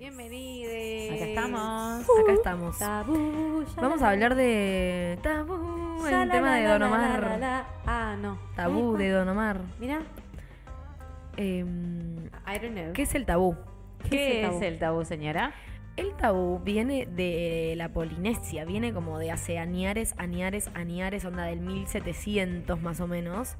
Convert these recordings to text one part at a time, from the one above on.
Bienvenidos. Acá estamos. Acá estamos. Tabú. Vamos a hablar de tabú, el tema de Don Omar. Ah, no. Tabú de Don Omar. Mira, Eh, I don't know. ¿Qué es el tabú? ¿Qué es el tabú, señora? El tabú viene de la Polinesia, viene como de hace añares, onda del 1700 más o menos.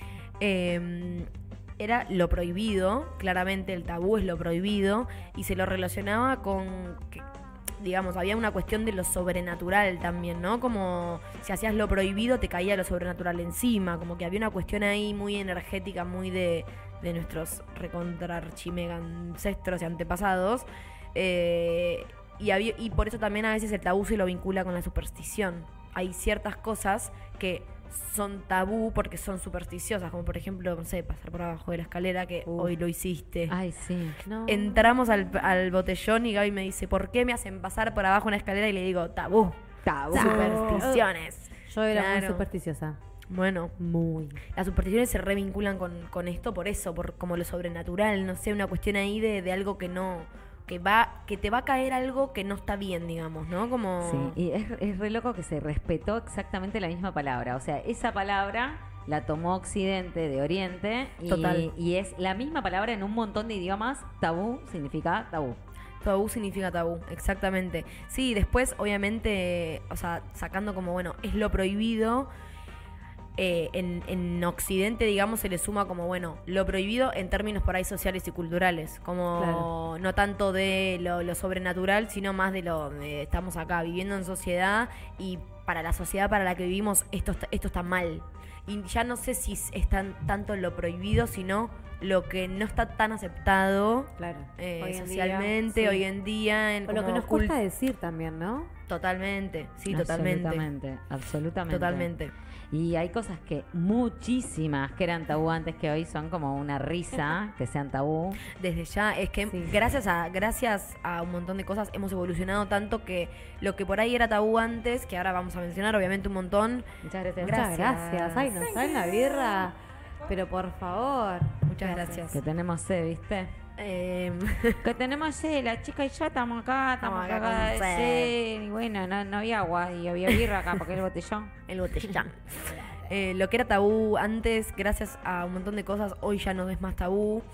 Era lo prohibido, claramente el tabú es lo prohibido, y se lo relacionaba con, digamos, había una cuestión de lo sobrenatural también, ¿no? Como si hacías lo prohibido te caía lo sobrenatural encima, como que había una cuestión ahí muy energética, muy de nuestros recontrarchimega ancestros y antepasados. Y por eso también a veces el tabú se lo vincula con la superstición. Hay ciertas cosas que son tabú porque son supersticiosas, como por ejemplo, no sé, pasar por abajo de la escalera, que hoy lo hiciste. Ay, sí. No. Entramos al botellón y Gaby me dice, ¿por qué me hacen pasar por abajo una escalera? Y le digo, tabú. Tabú. Supersticiones. Yo era muy Claro. supersticiosa. Bueno, Muy. las supersticiones se revinculan con esto por eso, por como lo sobrenatural, no sé, una cuestión ahí de algo que no, que te va a caer algo que no está bien, digamos, ¿no? Como Sí, y es re loco que se respetó exactamente la misma palabra. O sea, esa palabra la tomó Occidente de Oriente Total. y es la misma palabra en un montón de idiomas. Tabú significa tabú. tabú significa tabú, exactamente. Sí, después, obviamente, o sea, sacando como, bueno, es lo prohibido. En Occidente, digamos, se le suma como, bueno, lo prohibido en términos por ahí sociales y culturales, como Claro. no tanto de lo sobrenatural, sino más de lo de estamos acá viviendo en sociedad y para la sociedad para la que vivimos esto está mal. Y ya no sé si es tanto lo prohibido, sino lo que no está tan aceptado Claro. Hoy en socialmente, día, sí. hoy en día. O lo que nos cuesta decir también, ¿no? Totalmente, sí, totalmente. Absolutamente. Totalmente. Y hay cosas que muchísimas que eran tabú antes que hoy son como una risa que sean tabú. Desde ya, es que Sí. gracias a un montón de cosas hemos evolucionado tanto que lo que por ahí era tabú antes, que ahora vamos a mencionar obviamente un montón. Muchas gracias. Muchas gracias. Ay, nos traen la birra. Pero por favor. Muchas gracias. Que tenemos sed, ¿viste? Que tenemos sed, la chica y yo estamos acá Estamos acá cagadas con de sed. sed. Y bueno, no había agua y había birra acá porque el botellón. El botellón. Lo que era tabú antes, gracias a un montón de cosas, hoy ya no es más tabú.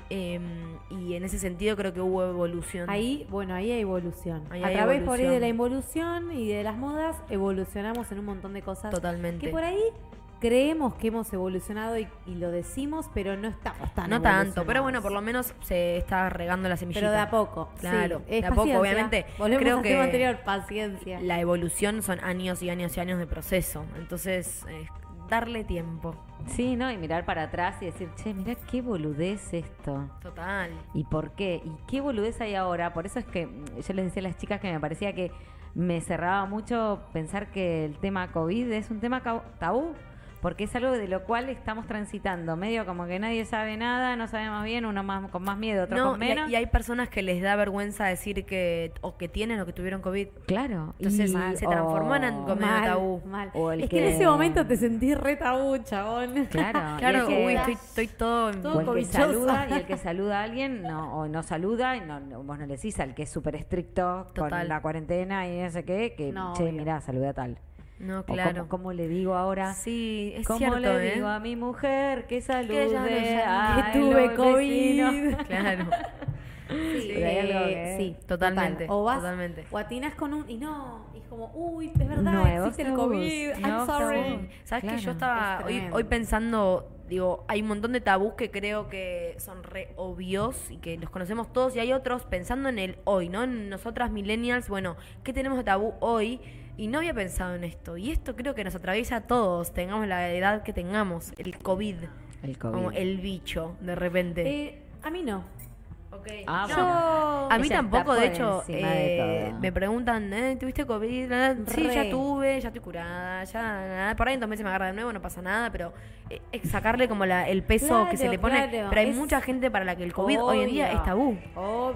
Y en ese sentido creo que hubo evolución. Ahí hay evolución. Ahí A hay través por ahí de evolución. la involución y de las modas, evolucionamos en un montón de cosas. Totalmente. Que por ahí creemos que hemos evolucionado y lo decimos, pero no estamos tan No tanto, evolucionados. pero bueno, por lo menos se está regando la semillita. Pero de a poco. Claro, sí, es de a poco, paciencia. obviamente. Volvemos Creo al que tema anterior, paciencia. la evolución son años y años y años de proceso. Entonces, darle tiempo. Sí, ¿no? Y mirar para atrás y decir, che, mirá qué boludez esto. Total. ¿Y por qué? ¿Y qué boludez hay ahora? Por eso es que yo les decía a las chicas que me parecía que me cerraba mucho pensar que el tema COVID es un tema tabú. Porque es algo de lo cual estamos transitando. Medio como que nadie sabe nada, no sabemos bien, uno más con más miedo, otro No, con menos. y hay personas que les da vergüenza decir que o que tienen o que tuvieron COVID. Claro. Entonces se transforman en como medio tabú. Mal. O el es que en que- ese momento te sentís re tabú, chabón. Claro. Claro, y el que- uy, estoy todo... Todo o el que cobichoso. saluda y el que saluda a alguien o no saluda y vos no le decís al que es súper estricto Total. con la cuarentena y no sé qué, que No, che, obvio. mirá, saluda a tal. No, O claro. ¿cómo le digo ahora? Sí, es ¿Cómo cierto, le digo ¿eh? a mi mujer que salude ella no sabe a que tuve los COVID. vecinos? Claro. Sí, Pero hay algo que- sí, Totalmente, total. O vas, totalmente. o atinas con un... Y no, y es como, uy, es verdad, Nuevos existe el tabús, COVID, I'm nuevos sorry. tabús. ¿Sabes Claro. que yo estaba Es hoy tremendo. pensando, digo, hay un montón de tabús que creo que son re obvios y que los conocemos todos y hay otros pensando en el hoy, ¿no? En nosotras millennials, bueno, ¿qué tenemos de tabú hoy? Y no había pensado en esto. Y esto creo que nos atraviesa a todos, tengamos la edad que tengamos, el COVID, El COVID. como el bicho, de repente. A mí no. Okay. Ah, No, Yo... a mí Ella tampoco, está de por hecho, encima de todo. me preguntan, ¿tuviste COVID? Sí, Re. ya tuve, ya estoy curada, ya por ahí en 2 meses me agarra de nuevo, no pasa nada, pero es sacarle como el peso que se Claro, le pone. claro, Pero hay es- mucha gente para la que el COVID hoy en día es tabú. Obvio.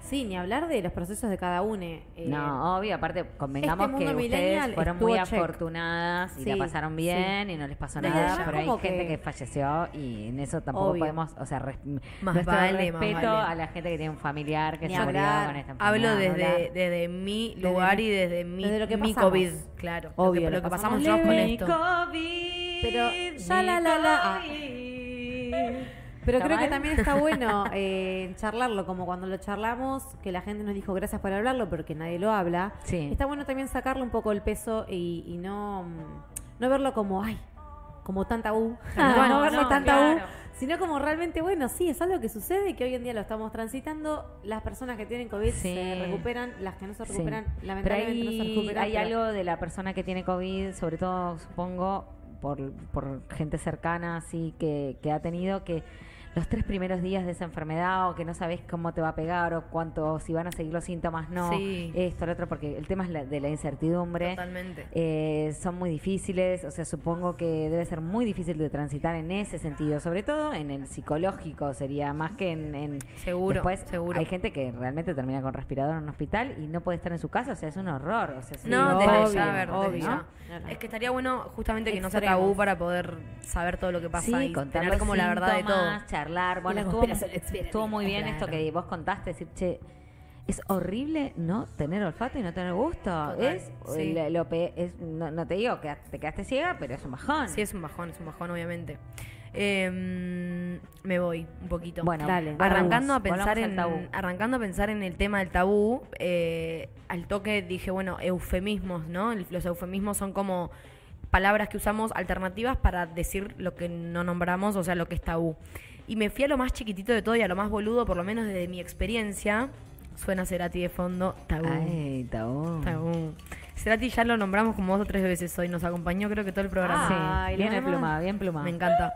Sí, ni hablar de los procesos de cada uno. No, obvio, aparte convengamos este que mundo ustedes millennial fueron muy estuvo check. afortunadas y Sí, la pasaron bien y no les pasó Desde nada, ya pero hay como gente que- que falleció y en eso tampoco Obvio. podemos, o sea, Más nuestro vale, más respeto vale. a la gente que tiene un familiar que Ni se murió hablar. con esta Hablo enfermedad. desde mi lugar y desde mi, desde lo que mi pasamos. COVID, claro. Obvio, lo lo que pasamos pasamos nosotros con leve. esto. COVID, Pero ya mi la. COVID. Pero ¿Está creo que mal? también está bueno charlarlo, como cuando lo charlamos, que la gente nos dijo gracias por hablarlo, porque nadie lo habla. Sí. Está bueno también sacarle un poco el peso y no verlo como, ay, como tan tabú. Bueno, no verlo no, tan tabú, claro. sino como realmente, bueno, sí, es algo que sucede, que hoy en día lo estamos transitando. Las personas que tienen COVID Sí. se recuperan, las que no se Sí. recuperan, Pero lamentablemente no se recuperan. hay pero- algo de la persona que tiene COVID, sobre todo, supongo, por gente cercana, así que ha tenido que los 3 primeros días de esa enfermedad o que no sabes cómo te va a pegar o cuánto, si van a seguir los síntomas, no, Sí. esto, lo otro, porque el tema es de la incertidumbre. Totalmente. Son muy difíciles, o sea, supongo que debe ser muy difícil de transitar en ese sentido, sobre todo en el psicológico, sería más que en Seguro, después seguro. hay gente que realmente termina con respirador en un hospital y no puede estar en su casa, o sea, es un horror, o sea, es No, un desde obvio, ya, a ver, desde obvio. ya. Claro. Es que estaría bueno justamente que no sea Extremos. tabú para poder saber todo lo que pasa Sí, y contar tener los como la verdad de todo. síntomas, charlar. Bueno, la estuvo, conspiración, estuvo muy bien claro. esto que vos contaste, decir, che, es horrible no tener olfato y no tener gusto. Total, Es, sí. no te digo que te quedaste ciega, pero es un bajón. Sí, es un bajón, obviamente. Me voy un poquito. Bueno, Dale. Arrancando a volvamos pensar al tabú. arrancando a pensar en el tema del tabú, al toque dije, bueno, eufemismos, ¿no? Los eufemismos son como palabras que usamos alternativas para decir lo que no nombramos, o sea, lo que es tabú. Y me fui a lo más chiquitito de todo y a lo más boludo, por lo menos desde mi experiencia. Suena Cerati de fondo, tabú. Ay, tabú. Tabú. Cerati ya lo nombramos como 2 o 3 veces hoy, nos acompañó creo que todo el programa. Sí, Ay, bien lo pluma, bien pluma. Me encanta.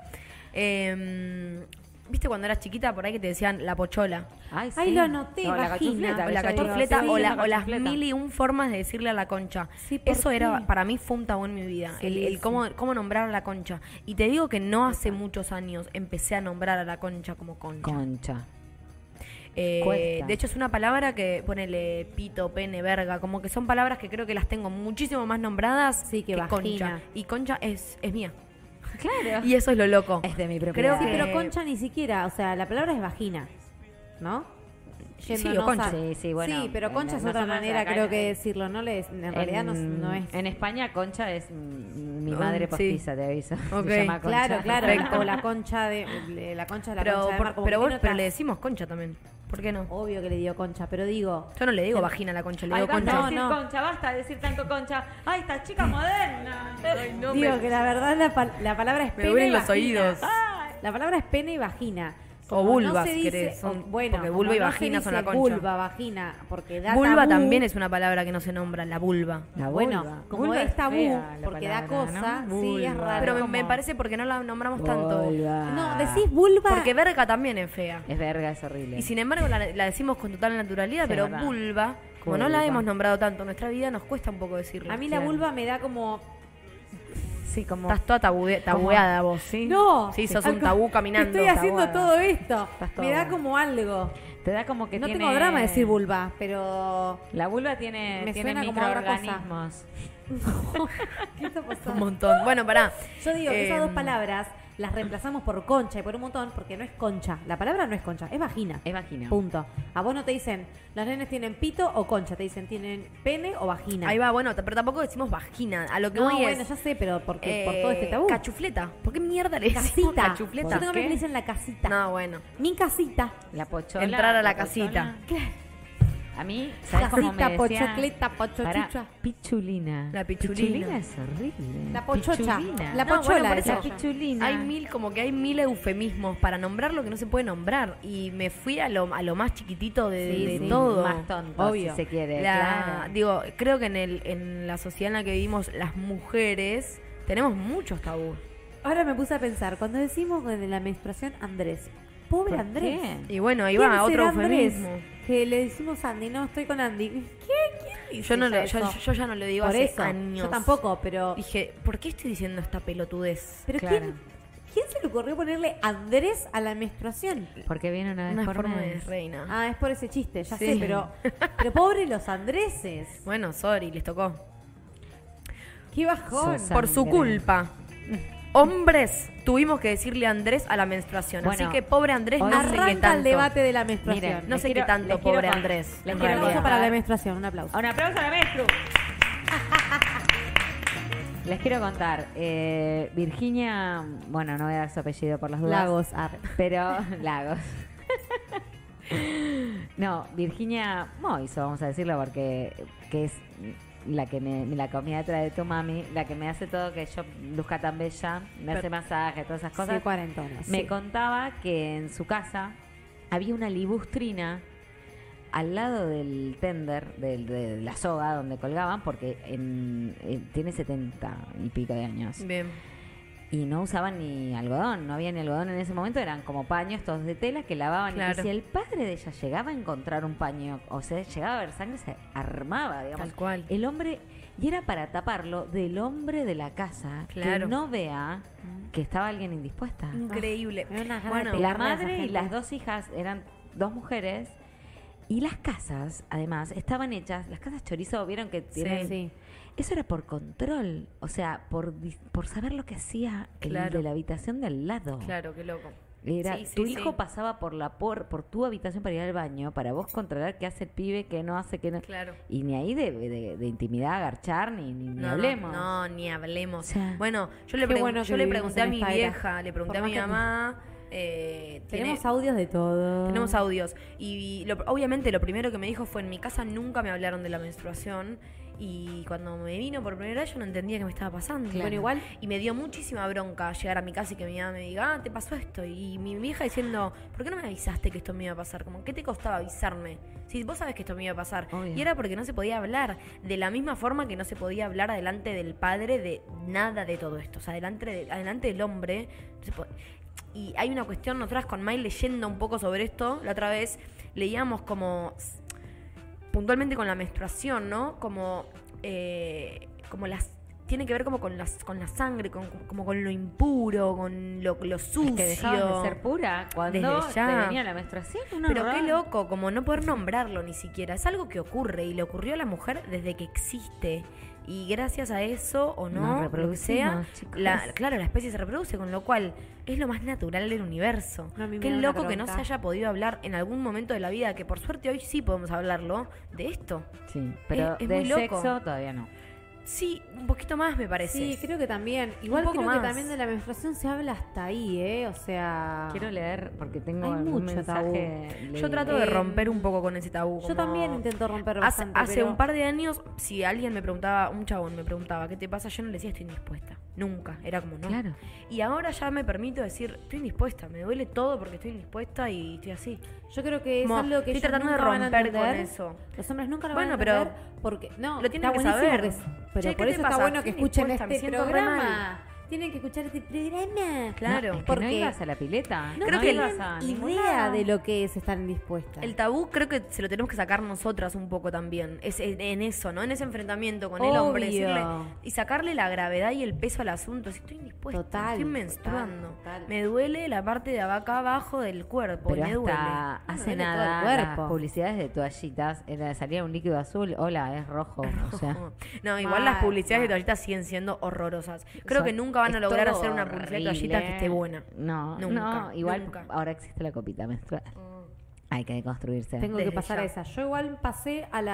¿Viste cuando eras chiquita por ahí que te decían la pochola? Ay, Ay, lo anoté, No, la vagina. cachufleta, O la ella dijo, cachufleta sí, o, la o las cachufleta. 1001 formas de decirle a la concha. Sí, ¿por Eso qué? era para mí fue un tabú en mi vida. Sí, el sí. cómo nombrar a la concha. Y te digo que no hace muchos años empecé a nombrar a la concha como concha. Concha. De Cuesta. hecho es una palabra que ponele pito, pene, verga, como que son palabras que creo que las tengo muchísimo más nombradas Sí, que concha. vagina. Y concha es mía. Claro. Y eso es lo loco. Es de mi Creo propiedad. Sí, que- pero concha ni siquiera, o sea, la palabra es vagina, ¿no? Sí, Yéndonos o concha. Sí, sí, bueno. Sí, pero concha es otra nosotros manera, acá creo que decirlo, ¿no? En realidad no es. En España, concha es mi madre sí. postiza, te aviso. Ok. Se llama concha. Claro, claro. Perfecto. O la concha de la concha de la Pero, concha de mar, como pero, que vos- tiene pero otras- le decimos concha también. ¿Por qué no? Obvio que le digo concha, pero digo. Yo no le digo vagina a la concha, le Ay, digo basta concha. de decir No. concha, basta de decir tanto concha. Ay, esta chica moderna. Digo que la verdad la palabra es Me pene y duelen los vagina. oídos. La palabra es pene y vagina. O Como vulva, no se si dice- querés, son- o- bueno, porque como vulva y no vagina se son la dice concha. Vulva, vagina, porque da Vulva tabú. también es una palabra que no se nombra, la vulva. La Bueno, vulva. como Vulva es tabú, fea la porque da palabra, cosa, ¿no? sí, es Vulva. raro. Pero como- me parece porque no la nombramos tanto. Vulva. No, decís vulva. Porque verga también es fea. Es verga, es horrible. Y sin embargo la decimos con total naturalidad, Sí, pero verdad. vulva, como no la Vulva. hemos nombrado tanto en nuestra vida, nos cuesta un poco decirlo. A mí la Claro. vulva me da como. Sí, como... Estás toda tabueada vos. Sí. No. Sí, sos al un co- tabú caminando. Estoy haciendo Tabuada. todo esto. Estás Me da toda. como algo. Te da como que No tiene... tengo drama de decir vulva, pero. La vulva tiene, Me tiene suena como a otra cosa. microorganismos. ¿Qué está pasando? Un montón. Bueno, pará. Yo digo que esas dos Em, palabras las reemplazamos por concha y por un montón porque no es concha. La palabra no es concha, es vagina. Es vagina. Punto. A vos no te dicen, los nenes tienen pito o concha, te dicen tienen pene o vagina. Ahí va, bueno, pero tampoco decimos vagina. A lo que No, voy bueno, es. ya sé, pero porque por todo este tabú. Cachufleta. ¿Por qué mierda le decimos Casita. cachufleta? Yo tengo ¿Qué? que me dicen la casita. No, bueno. Mi casita. La pochola. Entrar a la pochola. casita. A mí, ¿sabes cómo me Casita, decía? pochocleta, pochochucha. Para, pichulina. La pichulina. es horrible. La pochocha. Pichulina. La No, pochola bueno, por es eso. ella. Pichulina. Hay mil eufemismos para nombrar lo que no se puede nombrar. Y me fui a lo más chiquitito de, Sí, de sí. todo. Más tonto, Obvio. si se quiere. La- claro. Digo, creo que en la sociedad en la que vivimos las mujeres tenemos muchos tabús. Ahora me puse a pensar, cuando decimos de la menstruación Andrés, pobre ¿Por Andrés. qué? Y bueno, ahí ¿Quién va otro será Andrés? eufemismo. Que le decimos Andy, no, estoy con Andy. ¿Quién dice Yo, no ya lo- yo, eso? yo ya no lo digo Por hace eso, años. yo tampoco, pero Dije, ¿por qué estoy diciendo esta pelotudez? pero Claro. ¿Quién se le ocurrió ponerle Andrés a la menstruación? Porque viene una vez Una por forma de mes. reina. Ah, es por ese chiste, ya Sí. sé, pero pobre los Andreses. Bueno, sorry, les tocó. Qué bajón. Sos- Por su Sangre. culpa. Hombres, tuvimos que decirle Andrés a la menstruación. Bueno, así que pobre Andrés, hoy no sé qué Arranca tanto. el debate de la menstruación. Miren, No les sé qué quiero- tanto, les quiero pobre con- Andrés. les en quiero Un realidad. aplauso contar. para la menstruación, un aplauso. Un aplauso a la Menstru. Les quiero contar, Virginia, bueno, no voy a dar su apellido por las dudas. Lagos, arre. Pero, Lagos. No, Virginia Moiso, vamos a decirlo, porque que es la que me la comida trae tu mami, la que me hace todo que yo luzca tan bella, me hace masaje, todas esas cosas. Sí, cuarentonas. Me Sí. contaba que en su casa había una libustrina al lado del tender, de la soga donde colgaban, porque tiene 70 y pico de años. Bien. Y no usaban ni algodón, no había ni algodón en ese momento, eran como paños todos de tela que lavaban. Claro. Y si el padre de ella llegaba a encontrar un paño, o sea, llegaba a ver sangre, se armaba, digamos. Tal cual. El hombre, y era para taparlo del hombre de la casa, Claro. que no vea que estaba alguien indispuesta. Increíble. Me da unas ganas Bueno, de La pegarle a esa madre y gente. las dos hijas eran dos mujeres. Y las casas, además, estaban hechas, las casas chorizo, vieron que tienen... Sí. Eso era por control, o sea, por saber lo que hacía el Claro. de la habitación de al lado. Claro, qué loco. Era, Sí, sí, tu sí. hijo pasaba por tu habitación para ir al baño, para vos controlar qué hace el pibe, qué no hace, qué no... Claro. Y ni ahí de intimidad, agarchar, ni hablemos. No, ni hablemos. O sea, Bueno, yo le, qué bueno que yo le vivimos pregunté a en mi esta era. vieja, le pregunté a Por mi más que- mamá. Tenemos audios de todo. Tenemos audios. Y obviamente lo primero que me dijo fue, en mi casa nunca me hablaron de la menstruación. Y cuando me vino por primera vez yo no entendía qué me estaba pasando. Bueno, igual Y me dio muchísima bronca llegar a mi casa y que mi mamá me diga, te pasó esto. Y mi vieja diciendo, ¿por qué no me avisaste que esto me iba a pasar? Como, ¿qué te costaba avisarme? Si vos sabes que esto me iba a pasar. Obvio. Y era porque no se podía hablar. De la misma forma que no se podía hablar adelante del padre de nada de todo esto. O sea, adelante del hombre. no se po- Y hay una cuestión, nosotras con May leyendo un poco sobre esto, la otra vez leíamos como puntualmente con la menstruación, ¿no? Como tiene que ver como con la sangre, como con lo impuro, con lo sucio. Es que dejabas de ser pura cuando Desde te ya. venía la menstruación. Un Pero horror. qué loco, como no poder nombrarlo ni siquiera. Es algo que ocurre y le ocurrió a la mujer desde que existe. Y gracias a eso o no, Nos lo que sea, reproducimos, chicos. claro, la especie se reproduce, con lo cual es lo más natural del universo. No, a mí me Qué da una loco que no bronca. se haya podido hablar en algún momento de la vida, que por suerte hoy sí podemos hablarlo, de esto. Sí, pero es de muy loco. sexo todavía no. Sí, un poquito más me parece. sí, creo que también. Igual poco creo más. que también de la menstruación se habla hasta ahí, ¿eh? O sea... Quiero leer porque tengo Hay algún mucho mensaje. Yo trato de romper un poco con ese tabú. Yo como- también intento romper Hace, bastante, hace pero- un par de años, si alguien me preguntaba, un chabón me preguntaba, ¿qué te pasa? Yo no le decía estoy indispuesta. Nunca. Era como, no. Claro. Y ahora ya me permito decir, estoy indispuesta. Me duele todo porque estoy indispuesta y estoy así. Yo creo que es Como, algo que estoy ellos tratando de nunca van a romper con entender. eso. Los hombres nunca lo Bueno, van a pero entender porque no, lo tienen está que buenísimo saber. que pero Che, ¿qué por te eso está pasa? bueno que Estoy escuchen indispuesta, me este siento re mal. programa. Tienen que escuchar este programa. Claro. Es que porque no ibas a la pileta. no Creo que ibas a tienen ningún idea lado. de lo que es estar indispuesta. El tabú creo que se lo tenemos que sacar nosotras un poco también. Es en eso, ¿no? En ese enfrentamiento con el hombre. Obvio. Y sacarle la gravedad y el peso al asunto. Si estoy indispuesta, Total, estoy menstruando. total. Me duele la parte de acá abajo del cuerpo. Pero me duele. hasta Me hace duele todo el nada, cuerpo. las publicidades de toallitas, salía un líquido azul, hola, es rojo. O sea, No, igual las Mal, publicidades de mal. toallitas siguen siendo horrorosas. Creo que son- nunca van a es lograr todo hacer una publicidad de horrible. toallitas que esté buena. No, Nunca, no, igual nunca. ahora existe la copita menstrual. Hay que deconstruirse. Tengo que Desde pasar ya. a esa. Yo igual pasé a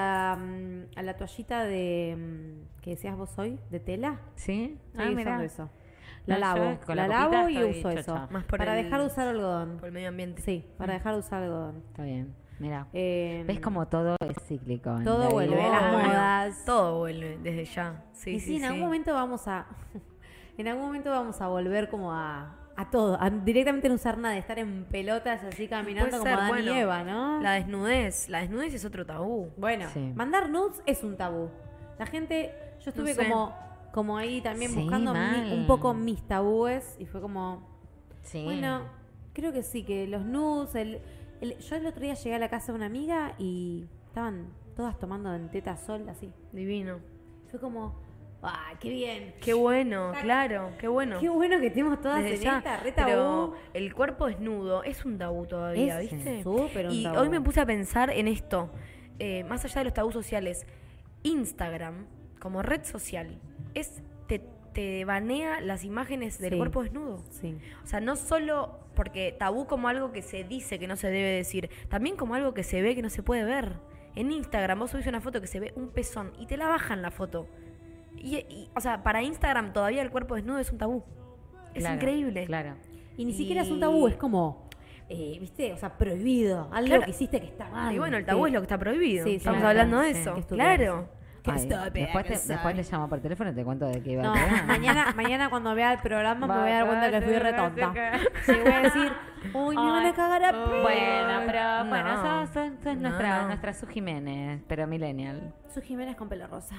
la toallita de que decías vos hoy, de tela. ¿Sí? Estoy mira. usando eso. La No, lavo, yo con la la copita lavo y estoy uso chocha. eso. Más por para el- dejar de usar algodón. Por el medio ambiente. Sí, para dejar de usar algodón. Está bien, mira. Eh, ¿Ves como todo es cíclico? en todo la vuelve, vida? las Obvio. modas. Todo vuelve desde ya. Sí, y sí, sí, en algún sí. momento vamos a en algún momento vamos a volver como a todo, directamente no usar nada, estar en pelotas así caminando Puede como ser, Adán bueno, y Eva, ¿no? La desnudez es otro tabú. Bueno, Sí. mandar nudes es un tabú. La gente, yo estuve sé. como ahí también Sí, buscando mal. un poco mis tabúes y fue como, Sí. bueno, creo que sí, que los nudes, yo el otro día llegué a la casa de una amiga y estaban todas tomando en teta sol así. Divino. Fue como, ¡Ay, qué bien! Qué bueno, claro, qué bueno. Qué bueno que estemos todas Desde en ya, esta re pero tabú. el cuerpo desnudo es un tabú todavía, Es ¿viste? súper un Y tabú. hoy me puse a pensar en esto, más allá de los tabús sociales, Instagram como red social te banea las imágenes del Sí. cuerpo desnudo. Sí. O sea, no solo porque tabú como algo que se dice que no se debe decir, también como algo que se ve que no se puede ver. En Instagram vos subís una foto que se ve un pezón y te la bajan la foto. O sea, para Instagram todavía el cuerpo desnudo es un tabú. Es Claro, increíble. Claro. Y ni siquiera es un tabú, es como, ¿viste? O sea, prohibido. Algo Claro. que hiciste que está mal. Y bueno, el tabú Sí. es lo que está prohibido. Sí, Estamos claro, hablando de sí. eso. Qué estupidez. Claro. Ay, después te llamo por teléfono y te cuento de qué iba No, el programa. mañana cuando vea el programa me voy a dar cuenta que fui retonta. Sí, voy a decir, uy, me van a cagar a pedo. Bueno, pero No. bueno, sos No, nuestra, no. nuestra Su Jiménez, pero millennial. Su Jiménez con pelo rosa.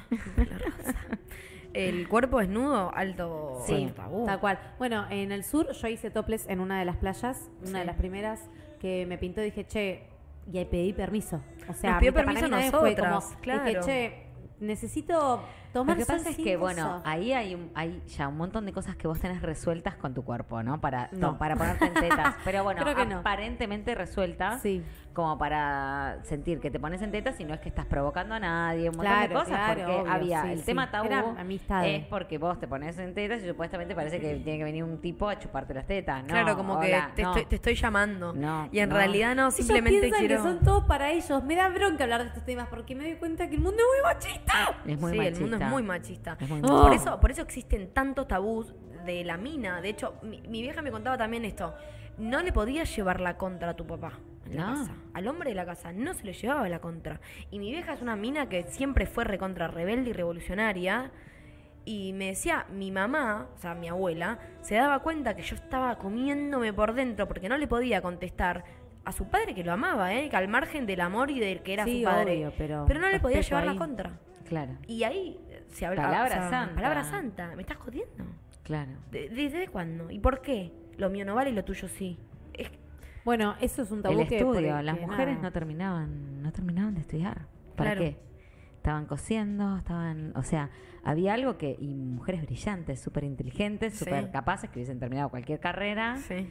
El cuerpo desnudo, alto, Sí. alto tabú. Tal cual. Bueno, en el sur yo hice topless en una de las playas, una de las primeras, que me pintó y dije, che, y ahí pedí permiso. O sea, Nos pidió para permiso mí también fue como, nosotras, claro. dije, che, necesito tomar Lo que sol pasa es sin que, eso. bueno, ahí hay ya un montón de cosas que vos tenés resueltas con tu cuerpo, ¿no? Para No. ponerte en tetas. Pero bueno, Creo que no. aparentemente resueltas. Sí. Como para sentir que te pones en tetas y no es que estás provocando a nadie, un montón Claro, de cosas, claro, porque obvio, había sí, el sí. tema tabú Eran amistades. es porque vos te pones en tetas y supuestamente parece que tiene que venir un tipo a chuparte las tetas, ¿no? Claro, como hola, que no. te estoy llamando. No, y en no. realidad no, Ellos simplemente piensan quiero. que son todos para ellos. Me da bronca hablar de estos temas porque me doy cuenta que el mundo es muy machista. Es muy Sí, machista. el mundo es muy machista. Es muy Oh. machista. Por eso existen tantos tabús de la mina. De hecho, mi vieja me contaba también esto. No le podías llevar la contra a tu papá en la No. casa. Al hombre de la casa no se le llevaba la contra. Y mi vieja es una mina que siempre fue recontra rebelde y revolucionaria. Y me decía, mi mamá, o sea, mi abuela, se daba cuenta que yo estaba comiéndome por dentro porque no le podía contestar a su padre que lo amaba, que al margen del amor y del que era Sí, su padre. obvio, pero no le podía respeto llevar ahí. la contra. Claro, Y ahí se habla. Palabra santa. Palabra santa. ¿Me estás jodiendo? claro. ¿Desde cuándo? ¿Y por qué? Lo mío no vale y lo tuyo sí. Es- Bueno, eso es un tabú El que... estudio, por- las que mujeres nada. no terminaban de estudiar. ¿Para Claro. qué? Estaban cosiendo, o sea, había algo y mujeres brillantes, súper inteligentes, Sí. súper capaces, que hubiesen terminado cualquier carrera. Sí.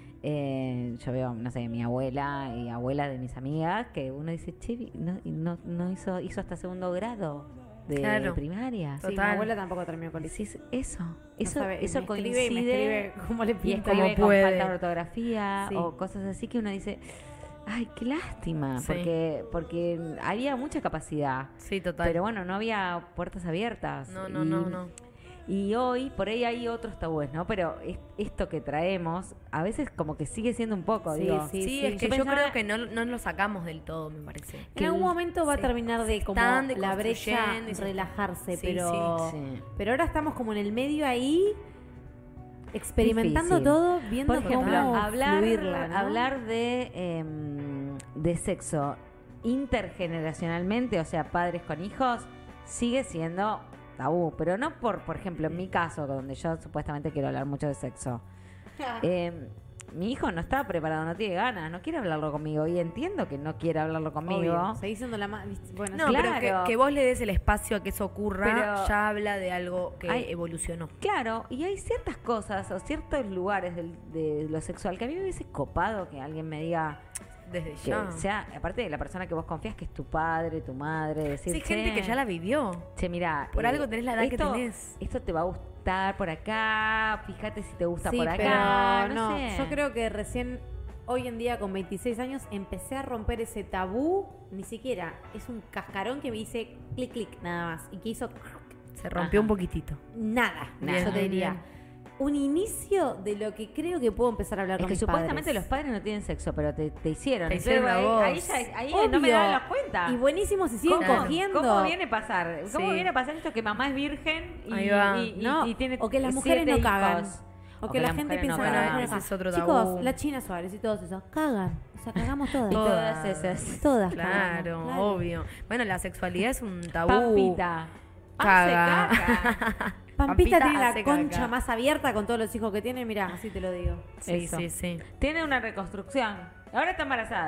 Yo veo, no sé, mi abuela y abuela de mis amigas, que uno dice, che, no hizo hasta segundo grado de Claro. primaria. Sí, mi Total. abuela tampoco terminó con eso. Decís, eso No sabe, y me coincide escribe y me escribe cómo le y pinta. escribe Como con puede. falta de ortografía Sí. o cosas así que uno dice, ay, qué lástima, Sí. porque había mucha capacidad, Sí, total. pero bueno, no había puertas abiertas. No. Y hoy, por ahí hay otros tabúes, ¿no? Pero esto que traemos, a veces como que sigue siendo un poco, Sí, digo. Sí, sí. es que yo pensaba- creo que no lo sacamos del todo, me parece. En algún momento va a sí, terminar de como están la brecha deconstruyendo y se- relajarse, Sí, pero sí. pero ahora estamos como en el medio ahí experimentando Difícil. todo, viendo Por ejemplo, cómo hablar fluirla, ¿no? de sexo intergeneracionalmente, o sea, padres con hijos, sigue siendo tabú, pero no por ejemplo, en mi caso, donde yo supuestamente quiero hablar mucho de sexo. Mi hijo no está preparado, no tiene ganas, no quiere hablarlo conmigo y entiendo que no quiere hablarlo conmigo. Obvio, seguís siendo la más... Bueno, No, sí. pero Claro. que vos le des el espacio a que eso ocurra, Pero- ya habla de algo que Hay- evolucionó. Claro, y hay ciertas cosas o ciertos lugares de lo sexual que a mí me hubiese copado que alguien me diga Desde que ya. sea, aparte de la persona que vos confías, que es tu padre, tu madre, decir, Sí, gente "Che, que ya la vivió. che, mira, Por algo tenés la edad que tenés. Esto te va a gustar por acá, fíjate si te gusta Sí, por pero acá, no, sé. yo creo que recién hoy en día con 26 años empecé a romper ese tabú, ni siquiera, es un cascarón que me dice clic clic nada más y que hizo Se rompió Ajá. un poquitito. nada, Nada. yo te Bien, diría. bien. Un inicio de lo que creo que puedo empezar a hablar Es con que mis supuestamente padres. los padres no tienen sexo, pero te hicieron. Te Entonces, hicieron a vos. ahí no me Obvio. daban la cuenta. Y buenísimo si siguen ¿Cómo? cogiendo. ¿Cómo viene a pasar? ¿Cómo Sí. viene a pasar esto que mamá es virgen y, Ahí va. No, y tiene o que las mujeres 7 no cagan. hijos? O que la las gente mujeres piensa no que las cagan. mujeres Ese es otro Chicos, tabú. la China Suárez y todos esos, cagan. O sea, cagamos todas. Todas esas. Todas Claro, cagamos, claro. obvio. Bueno, la sexualidad es un tabú. Pampita. Caga. Hace caca. Pampita tiene la hace concha caca. más abierta con todos los hijos que tiene, mirá, así te lo digo. Sí, Eso. sí, sí. Tiene una reconstrucción. Ahora está embarazada.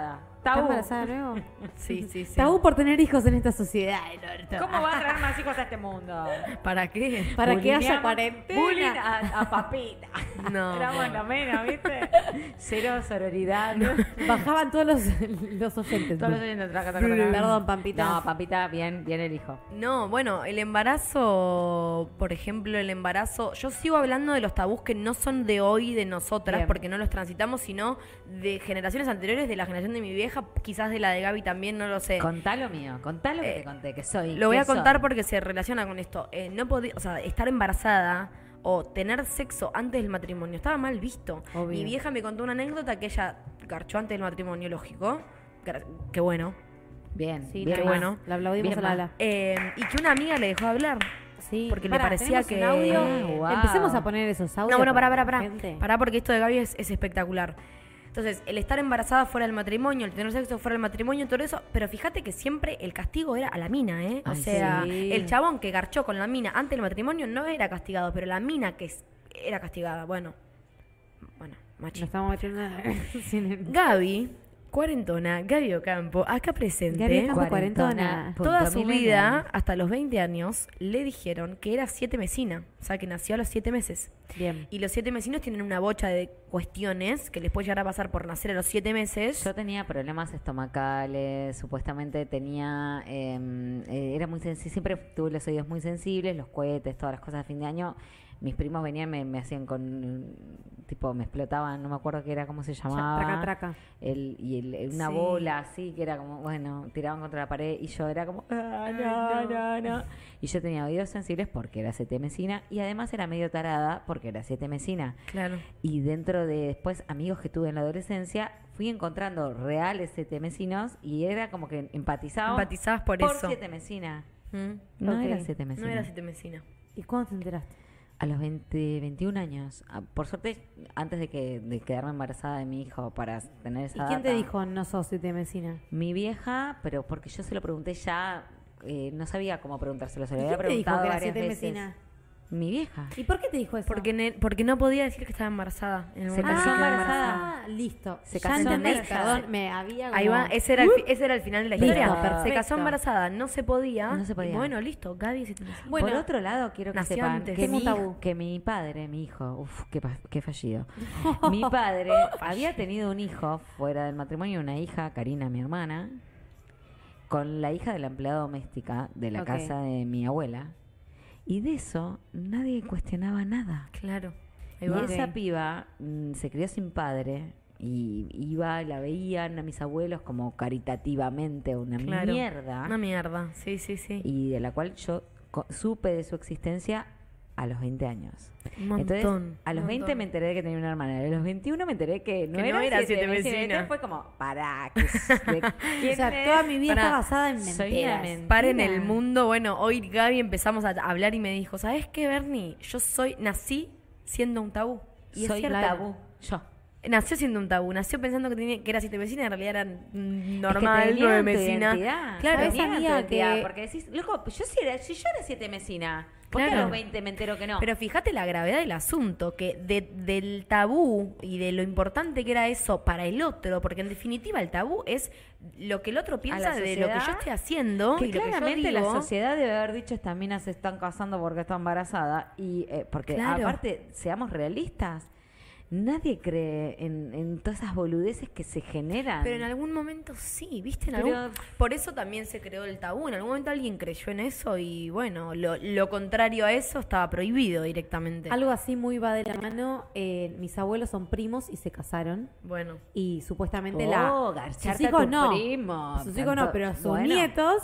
¿Estás Tabú. embarazada de nuevo? Sí, sí, sí. Tabú por tener hijos en esta sociedad. ¿Cómo va a traer más hijos a este mundo? ¿Para qué? Para que haya Bulineamos- cuarentena. Bullying a papita. No. Éramos la menos, ¿viste? Cero sororidad. Bajaban todos los oyentes. Todos los oyentes, traca, traca, traca. Perdón, Pampita. No, Pampita, bien el hijo. No, bueno, el embarazo, por ejemplo, yo sigo hablando de los tabús que no son de hoy, de nosotras, Bien. porque no los transitamos, sino de generaciones anteriores, de la generación de mi vieja, quizás de la de Gaby también, no lo sé. Contá lo mío, contá lo que te conté, que soy. Lo voy ¿qué a contar soy? porque se relaciona con esto. No podía, o sea, estar embarazada o tener sexo antes del matrimonio estaba mal visto. Obvio. Mi vieja me contó una anécdota que ella garchó antes del matrimonio, lógico. Qué bueno. Bien, Sí, bien. nada bueno. más. La aplaudimos Bien, a Lala. Y que una amiga le dejó hablar. Sí. Porque le Pará, parecía ¿tenemos que- un audio? Ah, guau. Empecemos a poner esos audios. No, bueno, para pará. la gente. Pará, porque esto de Gaby es espectacular. Entonces, el estar embarazada fuera del matrimonio, el tener sexo fuera del matrimonio, todo eso, pero fíjate que siempre el castigo era a la mina, ¿eh? O Ay, sea, sí. el chabón que garchó con la mina antes del matrimonio no era castigado, pero la mina era castigada. Bueno, Nos machi. estamos metiendo sin Gaby, cuarentona, Gaby Ocampo, acá presente. Gaby Ocampo, cuarentona. Toda su Millennial. vida, hasta los 20 años, le dijeron que era 7 mesina. O sea, que nació a los 7 meses. Bien. Y los 7 mesinos tienen una bocha de cuestiones que les puede llegar a pasar por nacer a los 7 meses. Yo tenía problemas estomacales, supuestamente tenía, era muy sensible, siempre tuve los oídos muy sensibles, los cohetes, todas las cosas de fin de año. Mis primos venían, me hacían tipo, me explotaban, no me acuerdo qué era, cómo se llamaba. Traca, traca. Una Sí. bola así, que era como, bueno, tiraban contra la pared y yo era como, no. Y yo tenía oídos sensibles porque era siete mesina y además era medio tarada porque era siete mesina. Claro. Y dentro de después amigos que tuve en la adolescencia, fui encontrando reales setemesinos y era como que empatizaba Empatizabas por eso. siete mesina. ¿Mm? No Ok. era siete mesina. No era 7 mesina. ¿Y cuándo te enteraste? A los 21 años. Por suerte, antes de quedarme embarazada de mi hijo para tener esa ¿Y quién te data, dijo no sos siete mesina? Mi vieja, pero porque yo se lo pregunté ya, no sabía cómo preguntárselo, se lo ¿Y había quién te dijo preguntado que era varias siete veces. mesina? Mi vieja. ¿Y por qué te dijo eso? Porque no podía decir que estaba embarazada. En el Se momento casó que quedó embarazada. Listo. Se Ya casó entendí, embarazada. perdón, me había Ahí como- va, ese era el final de la Listo, historia. Se perfecto. casó embarazada, no se podía. No se podía. Y bueno, listo, Gaby es 7 mesina. Bueno, Por otro lado, quiero que nació sepan antes. que Tengo mi, un tabú. que mi padre, mi hijo, qué fallido. Mi padre había tenido un hijo fuera del matrimonio, una hija, Karina, mi hermana, con la hija de la empleada doméstica de la Ok. casa de mi abuela. Y de eso nadie cuestionaba nada. Claro. Ahí Y va. esa Ok. piba se crió sin padre y iba, la veían a mis abuelos como caritativamente una Claro. mierda. Una mierda, sí, sí, sí. Y de la cual yo supe de su existencia a los 20 años. Un montón. Entonces, a los un 20 montón. me enteré de que tenía una hermana. A los 21 me enteré que no Que no era era siete siete mesina. mesina. Entonces fue como, pará, O sea, toda mi vida Pará. está basada en Soy mentiras. una mentira. Paren el mundo. Bueno, hoy Gaby empezamos a hablar y me dijo, ¿sabes qué, Bernie? Nací siendo un tabú. Y Soy es cierto. tabú. Yo. Nació siendo un tabú. Nació pensando que era siete vecinas y en realidad era normal, Es que te 9 niegan tu vecinas. identidad. Claro, Te ¿Sabes, niegan tu amiga, identidad, que- porque decís, loco, si yo era siete mesina, ¿por qué a Claro. los 20 me entero que no? Pero fíjate la gravedad del asunto, que del tabú y de lo importante que era eso para el otro, porque en definitiva el tabú es lo que el otro piensa la de lo que yo sociedad, estoy haciendo que y lo que yo claramente la digo. sociedad debe haber dicho estas minas se están casando porque está embarazada y porque Claro. aparte seamos realistas, nadie cree en todas esas boludeces que se generan. Pero en algún momento sí, ¿viste? Pero- Por eso también se creó el tabú. En algún momento alguien creyó en eso y bueno, lo contrario a eso estaba prohibido directamente. Algo así muy va de la mano. Mis abuelos son primos y se casaron. Bueno, Y supuestamente garcharte sus hijos a tu no. primo. Sus hijos no, Tanto- pero sus bueno. nietos,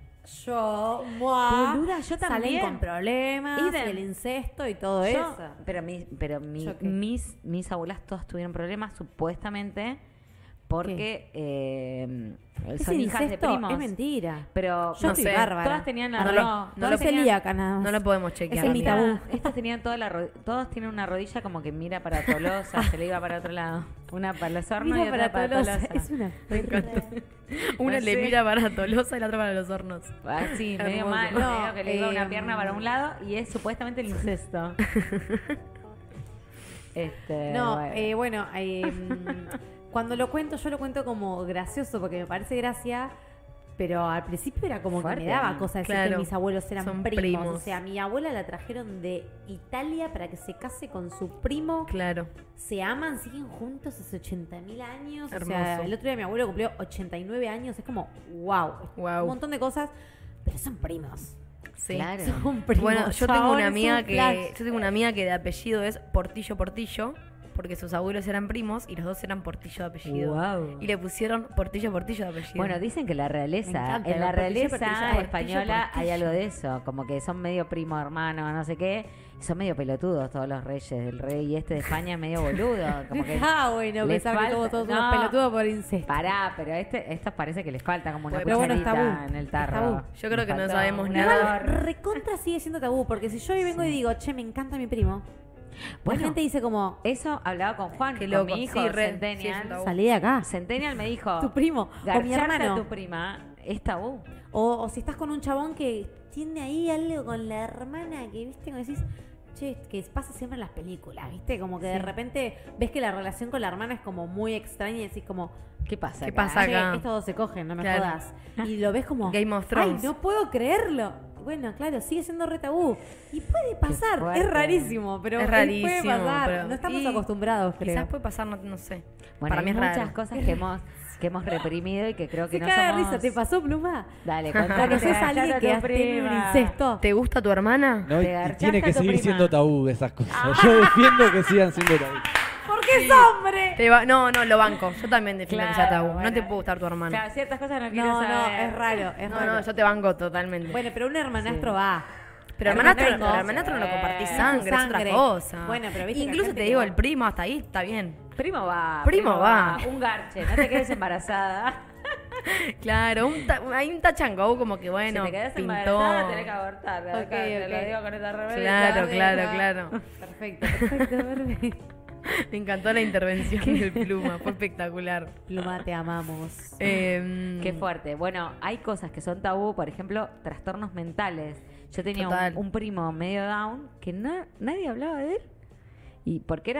Boluda, yo salen también. con problemas, Idem. el incesto y todo Yo- eso. Pero ¿Yo qué? mis abuelas todas tuvieron problemas supuestamente porque Ese son hijas de incesto primos. es mentira. Pero Yo no estoy sé. bárbara. todas tenían la No ro- lo- todas no lo- soy tenían- celíaca nada más. no lo podemos chequear. Ese es mi amiga. tabú. Estas tenían todos tienen una rodilla como que mira para Tolosa, se le iba para otro lado. Una para los hornos Mira y otra para Tolosa, Tolosa. es una Me encanta. Una No le sé. mira para Tolosa y la otra para los hornos. Así, medio Hermoso. mal, No, medio que le iba una pierna para un lado y es supuestamente el incesto. No, bueno. cuando lo cuento, yo lo cuento como gracioso porque me parece gracia, pero al principio era como Fuerte, que me daba ¿no? cosa decir Claro. que mis abuelos eran Son primos. primos. O sea, mi abuela la trajeron de Italia para que se case con su primo. Claro. Se aman, siguen juntos hace 80.000 años. O Hermoso. sea, el otro día mi abuelo cumplió 89 años. Es como, wow. Wow. Un montón de cosas, pero son primos. Sí. Claro. Son primos. Bueno, yo tengo Chabón, una es amiga un que flash. yo tengo una amiga que de apellido es Portillo Portillo, porque sus abuelos eran primos y los dos eran Portillo de apellido. Wow. Y le pusieron Portillo Portillo de apellido. Bueno, dicen que la Me realeza, encanta, en la Portillo, realeza Portillo, española Portillo. hay algo de eso, como que son medio primo, hermano, no sé qué, y son medio pelotudos todos los reyes. El rey este de España es medio boludo, como que Bueno, les pensar que falta- somos todos no. unos pelotudos por incesto. pará, pero estos parece que les falta como una Pero bueno, es cucharita tabú, en el es tarro. tabú. Yo creo Les que no faltó sabemos un nada. olor. Recontra sigue siendo tabú, porque si yo hoy vengo y digo, che, me encanta mi primo, Bueno, la gente dice como, Eso hablaba con Juan, Qué con loco, mi hijo, sí, re, Centennial. sí, es un tabú. salí de acá. Centennial me dijo, Tu primo o mi garcharte a hermano. tu prima es tabú. O si estás con un chabón que tiene ahí algo con la hermana que, viste, como decís, che, que pasa siempre en las películas, viste, como que de repente ves que la relación con la hermana es como muy extraña y decís como, ¿Qué pasa? ¿Qué acá? pasa? che, acá. estos dos se cogen, no me Claro. jodas. Y lo ves como, Game of ay, Thrones. no puedo creerlo. Bueno, claro, sigue siendo re tabú. Y puede pasar, fuerte. es rarísimo, pero Es puede rarísimo, pasar. pero- No estamos y acostumbrados, creo. Quizás puede pasar, no sé. Bueno, Para mí hay es muchas raro. cosas que hemos reprimido y que creo que Se no caga de somos... risa, ¿te pasó, Pluma? Dale, ¿Conoces contanos a alguien que has tenido un incesto? ¿Te gusta tu hermana? No, y Te garchaste tiene a que tu seguir prima. siendo tabú esas cosas. Yo defiendo que sigan siendo tabú. Porque es hombre. No, lo banco. Yo también defiendo que sea Claro, tabú. No bueno. te puede gustar tu hermana. Claro, ciertas cosas no quiero No, saber. es raro, es raro. No, yo te banco totalmente. Bueno, pero un hermanastro va. pero hermanastro hermanastro, no. hermanastro no compartís No es sangre, es sangre. otra cosa. Bueno, pero viste que Incluso hay gente te que digo, va. el primo hasta ahí está bien. Primo va. Primo va. Un garche, no te quedes embarazada. Claro, hay un touch and go como que bueno, si te quedas pintó. embarazada, tenés que abortar. Ok, Te ok. lo digo con esta reverenda. Claro, Dale, claro, va. claro. Perfecto, perfecto. Me encantó la intervención del pluma, fue espectacular. Pluma, te amamos. Qué fuerte. Bueno, hay cosas que son tabú, por ejemplo, trastornos mentales. Yo tenía Total. un primo medio down que nadie hablaba de él. Y porque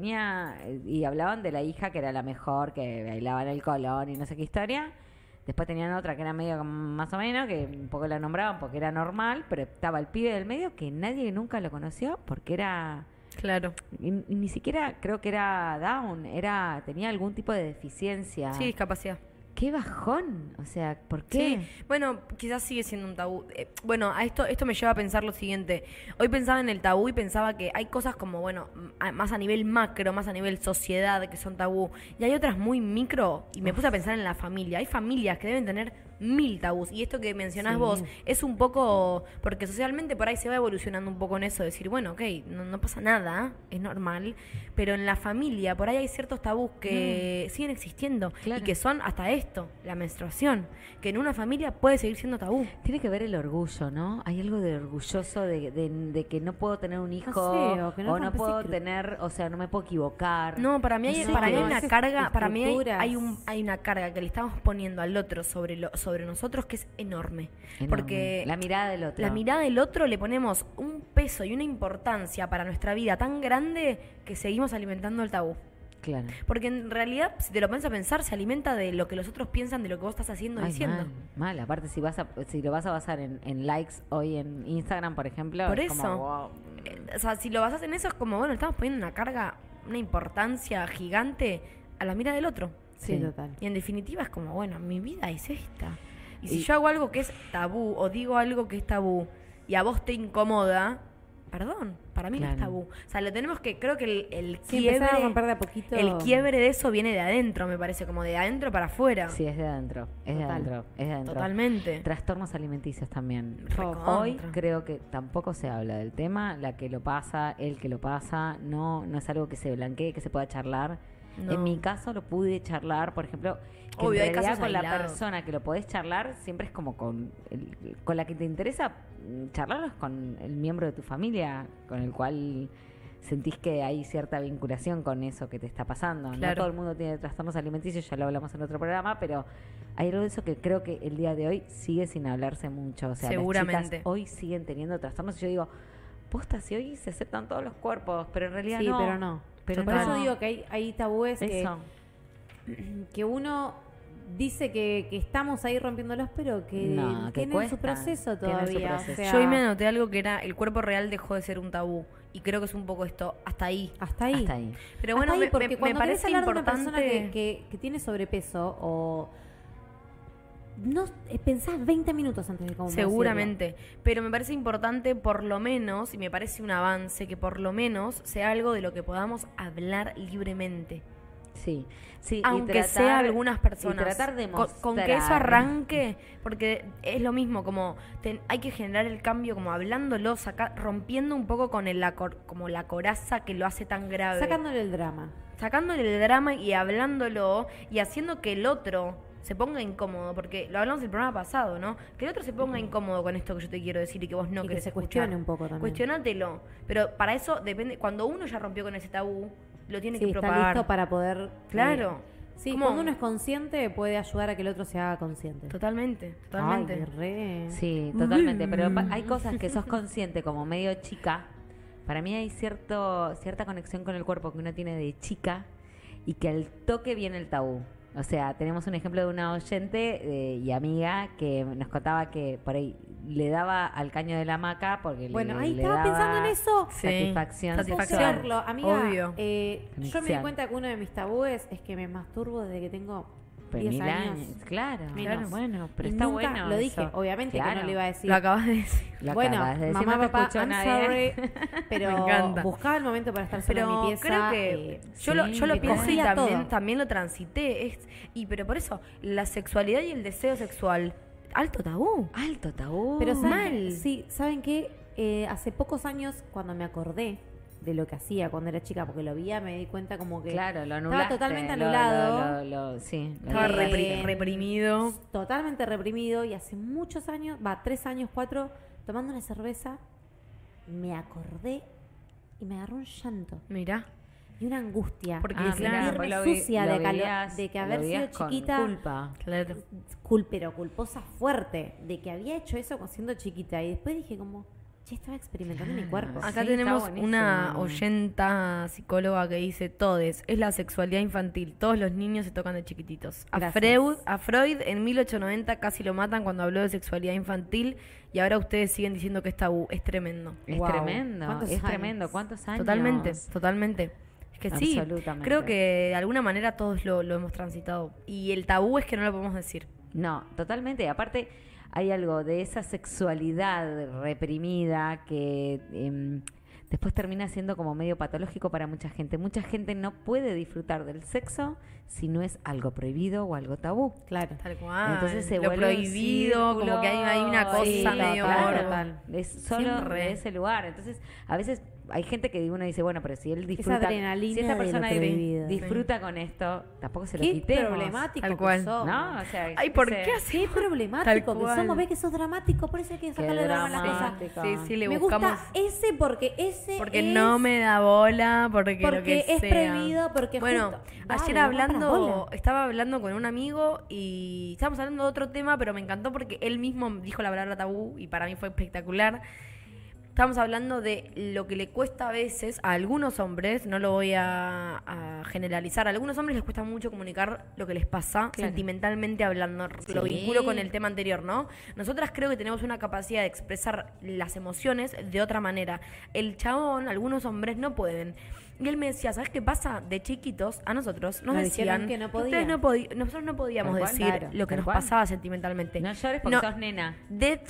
y hablaban de la hija que era la mejor, que bailaba en el Colón y no sé qué historia. Después tenían otra que era medio como más o menos, que un poco la nombraban porque era normal, pero estaba el pibe del medio que nadie nunca lo conoció porque era... Claro. Y ni siquiera creo que era down, tenía algún tipo de deficiencia. Sí, discapacidad. Qué bajón, o sea, ¿por qué? Sí, bueno, quizás sigue siendo un tabú. Bueno, esto me lleva a pensar lo siguiente. Hoy pensaba en el tabú y pensaba que hay cosas como, bueno, más a nivel macro, más a nivel sociedad que son tabú. Y hay otras muy micro y me puse a pensar en la familia. Hay familias que deben tener 1000 tabús. Y esto que mencionás Sí. vos es un poco, porque socialmente por ahí se va evolucionando un poco en eso, decir, bueno, ok, no pasa nada, es normal, pero en la familia por ahí hay ciertos tabús que siguen existiendo Claro. y que son hasta esto, la menstruación, que en una familia puede seguir siendo tabú. Tiene que ver el orgullo, ¿no? Hay algo de orgulloso de que no puedo tener un hijo sé, o que no no rompes puedo ciclo. tener, o sea, no me puedo equivocar. No, para mí hay, No sé, para mí hay a una veces carga, para mí estructuras. hay una carga que le estamos poniendo al otro sobre nosotros que es enorme. Enorme. Porque la mirada del otro. la mirada del otro le ponemos un peso y una importancia para nuestra vida tan grande que seguimos alimentando el tabú. Claro. Porque en realidad, si te lo pones a pensar, se alimenta de lo que los otros piensan de lo que vos estás haciendo y Ay, diciendo. mal. Aparte, si lo vas a basar en likes hoy en Instagram, por ejemplo, Por es eso. como, wow. O sea, si lo basás en eso, es como, bueno, estamos poniendo una carga, una importancia gigante a la mira del otro. Sí, Sí. total. Y en definitiva es como, bueno, mi vida es esta. Y si Y- yo hago algo que es tabú o digo algo que es tabú y a vos te incomoda, perdón, para mí no es Claro. tabú. O sea, lo tenemos que, creo que el Sí, empezar a romper quiebre, de a poquito. el quiebre de eso viene de adentro, me parece, como de adentro para afuera. Sí, es de adentro. Es de Total. adentro. Es de adentro. Totalmente. Trastornos alimenticios también. Recontra. Hoy creo que tampoco se habla del tema. La que lo pasa, el que lo pasa, no es algo que se blanquee, que se pueda charlar. No. En mi caso lo pude charlar, por ejemplo, que Obvio, hay en realidad casos con la aislados. persona que lo podés charlar siempre es como con la que te interesa charlarlo es con el miembro de tu familia, con el cual sentís que hay cierta vinculación con eso que te está pasando. No Claro. todo el mundo tiene trastornos alimenticios, ya lo hablamos en otro programa, pero hay algo de eso que creo que el día de hoy sigue sin hablarse mucho. O sea, las Seguramente. chicas hoy siguen teniendo trastornos y yo digo, posta, si hoy se aceptan todos los cuerpos, pero en realidad Sí, no. pero no. Pero Por no. eso digo que hay tabúes que Eso. que uno dice que estamos ahí rompiéndolos, pero que No, que tienen cuesta, su proceso tienen su todavía. proceso. O sea, Yo hoy me anoté algo que era el cuerpo real dejó de ser un tabú. Y creo que es un poco esto, hasta ahí. hasta ahí. Hasta ahí. Pero bueno, Hasta ahí, me porque cuando querés parece hablar de una importante... persona que tiene sobrepeso o... No, pensás 20 minutos antes de cómo Seguramente, pero me parece importante por lo menos, y me parece un avance, que por lo menos sea algo de lo que podamos hablar libremente. Sí, sí. Aunque sea algunas personas. Y tratar de Con que eso arranque, porque es lo mismo, como hay que generar el cambio, como hablándolo, rompiendo un poco con como la coraza que lo hace tan grave. Sacándole el drama. Sacándole el drama y hablándolo y haciendo que el otro se ponga incómodo, porque lo hablamos el programa pasado, ¿no? Que el otro se ponga incómodo con esto que yo te quiero decir y que vos no Y que querés se escuchar. cuestione un poco también. Cuestionátelo. Pero para eso depende, cuando uno ya rompió con ese tabú, lo tiene Sí, que está propagar. listo para poder... Claro. Sí, ¿Cómo? cuando uno es consciente puede ayudar a que el otro se haga consciente. Totalmente, totalmente. Ay, re... Sí, totalmente. Pero hay cosas que sos consciente como medio chica. Para mí hay cierta conexión con el cuerpo que uno tiene de chica y que al toque viene el tabú. O sea, tenemos un ejemplo de una oyente y amiga que nos contaba que por ahí le daba al caño de la hamaca porque Bueno, le ahí estaba daba pensando en eso. Sí. satisfacción Satisfacción. sexual. Hacerlo, amiga. Obvio. Yo me di Conexión. cuenta que uno de mis tabúes es que me masturbo desde que tengo Pues 10 mil años. Claro, Menos. bueno, pero Y está nunca bueno lo dije, eso. obviamente que Claro. no le iba a decir. Lo acabas de decir. Lo Bueno, acabas de decir, mamá, no te papá, escuchó I'm nadie. sorry, pero Me encanta. buscaba el momento para estar sola en Pero mi pieza. creo que yo sí, lo me pienso y cogía también, todo. también lo transité. Pero por eso, la sexualidad y el deseo sexual, alto tabú. Alto tabú. Pero ¿saben mal. qué? Sí, ¿saben qué? Hace pocos años, cuando me acordé de lo que hacía cuando era chica, porque lo veía, me di cuenta como que Claro, lo estaba anulaste. totalmente anulado. Sí. lo Estaba anulaste. reprimido. Totalmente reprimido, y hace muchos años, 3 años, 4, tomando una cerveza, me acordé y me agarró un llanto Mirá. y una angustia. Porque de mirá, sentirme vos lo vi- sucia, lo de, vivías- de que lo haber sido vivías con chiquita, culpa. Claro. pero culposa fuerte, de que había hecho eso siendo chiquita. Y después dije como, che, estaba experimentando mi cuerpo. Acá Sí, tenemos está buenísimo. una oyenta psicóloga que dice, todes, es la sexualidad infantil, todos los niños se tocan de chiquititos. Gracias. A Freud en 1890 casi lo matan cuando habló de sexualidad infantil y ahora ustedes siguen diciendo que es tabú, es tremendo. Es Wow. tremendo, ¿Cuántos es años? tremendo. ¿Cuántos años? Totalmente, totalmente. Es que sí, Absolutamente. creo que de alguna manera todos lo hemos transitado y el tabú es que no lo podemos decir. No, totalmente. Aparte, hay algo de esa sexualidad reprimida que después termina siendo como medio patológico para mucha gente. Mucha gente no puede disfrutar del sexo si no es algo prohibido o algo tabú. Claro. Tal cual. Entonces se lo vuelve un prohibido, como círculo. que hay una cosa Sí, medio claro. total. Es solo Siempre. de ese lugar. Entonces, a veces hay gente que uno dice, bueno, pero si él disfruta, adrenalina si esta de lo persona prohibido. disfruta con esto, tampoco se lo Qué quitemos. problemático Tal que cual. somos. ¿No? O sea, Ay, yo ¿por sé. qué así? Qué problemático Tal que cual. somos. Ves que sos dramático, por eso hay que Qué sacarle drama a las cosas. dramático. Sí, sí, le Me buscamos. gusta ese porque ese Porque es, no me da bola, porque lo que es sea. prohibido, porque Bueno, justo- ayer Dale, no rompas hablando, bola. estaba hablando con un amigo y estábamos hablando de otro tema, pero me encantó porque él mismo dijo la palabra tabú y para mí fue espectacular. Estábamos hablando de lo que le cuesta a veces a algunos hombres, no lo voy a generalizar, a algunos hombres les cuesta mucho comunicar lo que les pasa sentimentalmente hablando. Lo Sí. vinculo con el tema anterior, ¿no? Nosotras creo que tenemos una capacidad de expresar las emociones de otra manera. El chabón, algunos hombres no pueden. Y él me decía, ¿sabes qué pasa? De chiquitos, a nosotros nos Nos dijeron decían que no ustedes podían. nosotros no podíamos Tal cual, decir claro, lo que tal nos cual. pasaba sentimentalmente. No llores porque No. sos nena. De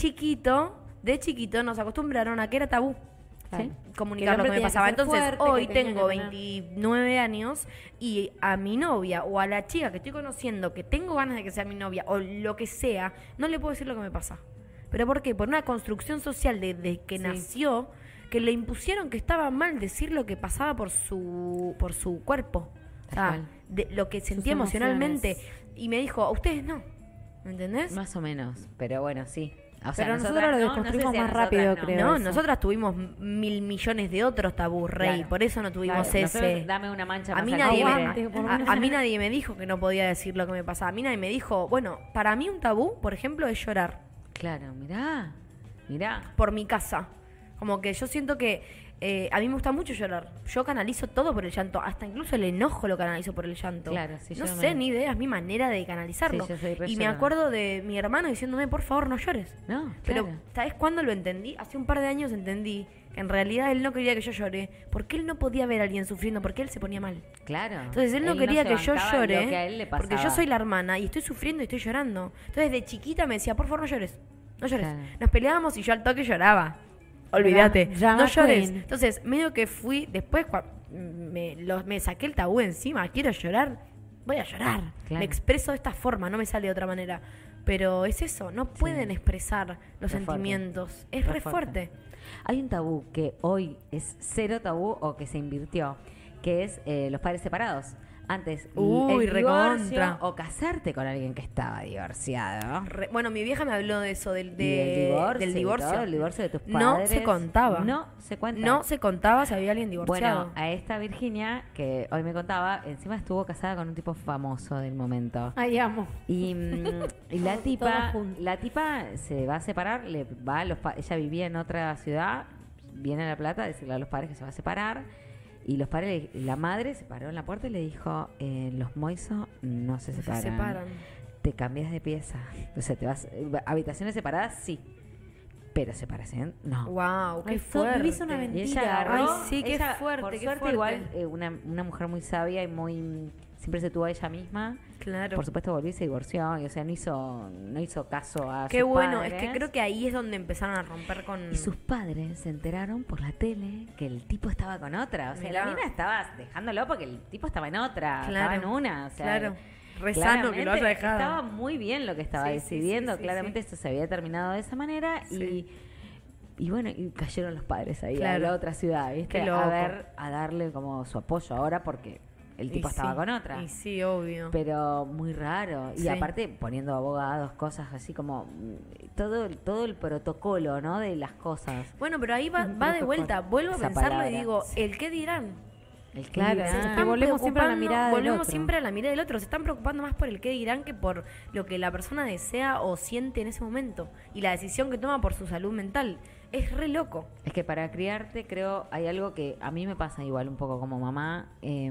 chiquito nos acostumbraron a que era tabú. Claro. ¿Sí? Comunicar Que el lo hombre que me tenía que pasaba. ser Entonces, fuerte, hoy que tenía tengo que tener- 29 años y a mi novia o a la chica que estoy conociendo, que tengo ganas de que sea mi novia o lo que sea, no le puedo decir lo que me pasa. ¿Pero por qué? Por una construcción social desde que Sí. nació, que le impusieron que estaba mal decir lo que pasaba por su cuerpo. O sea, cual. de lo que sentía Sus emocionalmente. emociones. Y me dijo, a ustedes no. ¿Me entendés? Más o menos, pero bueno, sí. O sea, Pero nosotros nosotras lo no, desconstruimos no sé si a más nosotras rápido, no. creo. No, eso. nosotras tuvimos 1.000 millones de otros tabús, Rey. Claro. Por eso no tuvimos Claro, nosotros, ese. dame una mancha A más mí, al nadie tigre. Aguante, por lo menos. a mí nadie me dijo que no podía decir lo que me pasaba. A mí nadie me dijo, bueno, para mí un tabú, por ejemplo, es llorar Claro, mirá. por mi casa. Como que yo siento que a mí me gusta mucho llorar. Yo canalizo todo por el llanto. Hasta incluso el enojo lo canalizo por el llanto. Claro, sí, no yo sé, me- ni idea, es mi manera de canalizarlo. Sí, yo soy re y me llorona. acuerdo de mi hermano diciéndome, por favor, no llores. No, Pero, claro. ¿sabes cuándo lo entendí? Hace un par de años entendí que en realidad él no quería que yo llore. Porque él no podía ver a alguien sufriendo, porque él se ponía mal. Claro. Entonces él no quería se que yo bancaba llore, lo que a él le porque yo pasaba. soy la hermana y estoy sufriendo y estoy llorando. Entonces de chiquita me decía, por favor, no llores, no llores. Claro. Nos peleábamos y yo al toque lloraba. Olvídate, Drama no llores. queen. Entonces, medio que fui, después me saqué el tabú encima, quiero llorar, voy a llorar. Claro. Me expreso de esta forma, no me sale de otra manera. Pero es eso, no pueden expresar los Re fuerte. sentimientos. Es re fuerte. Hay un tabú que hoy es cero tabú o que se invirtió, que es los padres separados. Antes, Uy, el divorcio recontra. o casarte con alguien que estaba divorciado. Bueno, mi vieja me habló de eso, Y del divorcio, del y divorcio. todo, el divorcio de tus No padres. se contaba. No se cuenta. No se contaba si había alguien divorciado. Bueno, a esta Virginia, que hoy me contaba, encima estuvo casada con un tipo famoso del momento. Ay, amo. Y, y la Todos tipa juntos. se va a separar, le va a ella vivía en otra ciudad, viene a La Plata a decirle a los padres que se va a separar. Y los padres, la madre se paró en la puerta y le dijo, los moisos no se separan. Te cambias de pieza. O sea, te vas, habitaciones separadas, sí. Pero separación, no. Wow, qué Ay, fuerte. vivís una Y mentira. ella agarró, Ay, sí, qué ella, fuerte, por qué suerte fuerte. igual, una mujer muy sabia y muy, siempre se tuvo a ella misma. Claro. Por supuesto volvió y se divorció, y, o sea, no hizo caso a Qué sus bueno, padres. es que creo que ahí es donde empezaron a romper con... Y sus padres se enteraron por la tele que el tipo estaba con otra. O sea, Mirá. la mina estaba dejándolo porque el tipo estaba en otra, Claro, estaba en una. O sea, claro. Re sano que lo haya claramente dejado. Estaba muy bien lo que estaba Sí, sí, decidiendo. sí, sí, claramente sí. esto se había terminado de esa manera Sí. y bueno, y cayeron los padres ahí a Claro. la otra ciudad, ¿viste? Qué loco. A darle como su apoyo ahora porque el tipo Y estaba sí, con otra. Y sí, obvio. Pero muy raro. Y Sí. aparte poniendo abogados, cosas así como todo el protocolo, ¿no? De las cosas. Bueno, pero ahí va de vuelta. Vuelvo a Esa pensarlo palabra. y digo, ¿el qué dirán? El que Claro, dirá. sí, Están volvemos siempre a la preocupando- mirada del volvemos otro. siempre a la mirada del otro. Se están preocupando más por el qué dirán que por lo que la persona desea o siente en ese momento. Y la decisión que toma por su salud mental. Es re loco. Es que para criarte, creo, hay algo que a mí me pasa igual un poco como mamá,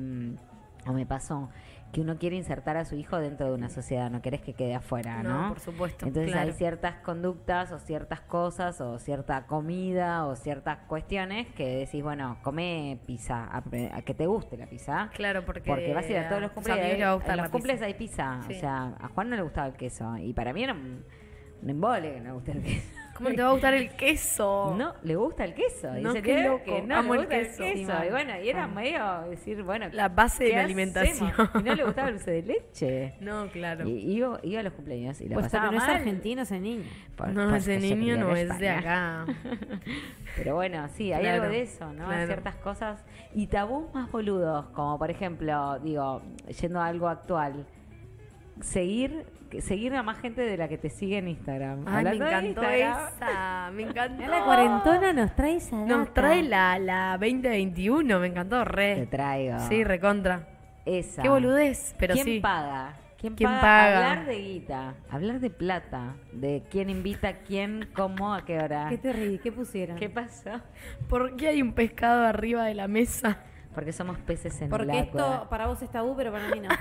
o me pasó, que uno quiere insertar a su hijo dentro de una sociedad, no querés que quede afuera, ¿no? No, por supuesto, Entonces claro. hay ciertas conductas o ciertas cosas o cierta comida o ciertas cuestiones que decís, bueno, come pizza, a que te guste la pizza. Claro, porque Vas a ir a todos los tus cumpleaños. amigos les va a gustar En la los cumples pizza. hay pizza. Sí. O sea, a Juan no le gustaba el queso. Y para mí era un embole que no le guste el queso. ¿Cómo te va a gustar el queso? No, le gusta el queso. No, Dice qué que loco. que no Amo le el gusta el queso. queso. Sí, Y mal. bueno, y era medio decir, bueno, La base de ¿qué la alimentación. hacemos? Y no le gustaba el dulce de leche. No, claro. Y iba a los cumpleaños y la Pues pasaba que no es mal. argentino ese niño. No, ese porque se niño crió no en es de España. acá. Pero bueno, sí, hay Claro, algo de eso, ¿no? claro. Ciertas cosas. Y tabús más boludos, como por ejemplo, digo, yendo a algo actual, seguir a más gente de la que te sigue en Instagram. Ay, me Hablando de encantó Instagram, esa. Me encantó. La cuarentona nos trae esa Nos data. trae la 2021. Me encantó, Te re. traigo. Sí, recontra. Esa. Qué boludez, pero ¿Quién sí. paga? ¿Quién ¿Quién paga? paga? Hablar de guita, hablar de plata, de quién invita a quién, cómo, a qué hora. ¿Qué te reí? ¿Qué pusieron? ¿Qué pasó? ¿Por qué hay un pescado arriba de la mesa? Porque somos peces en el Porque agua. esto para vos es tabú, pero para mí no.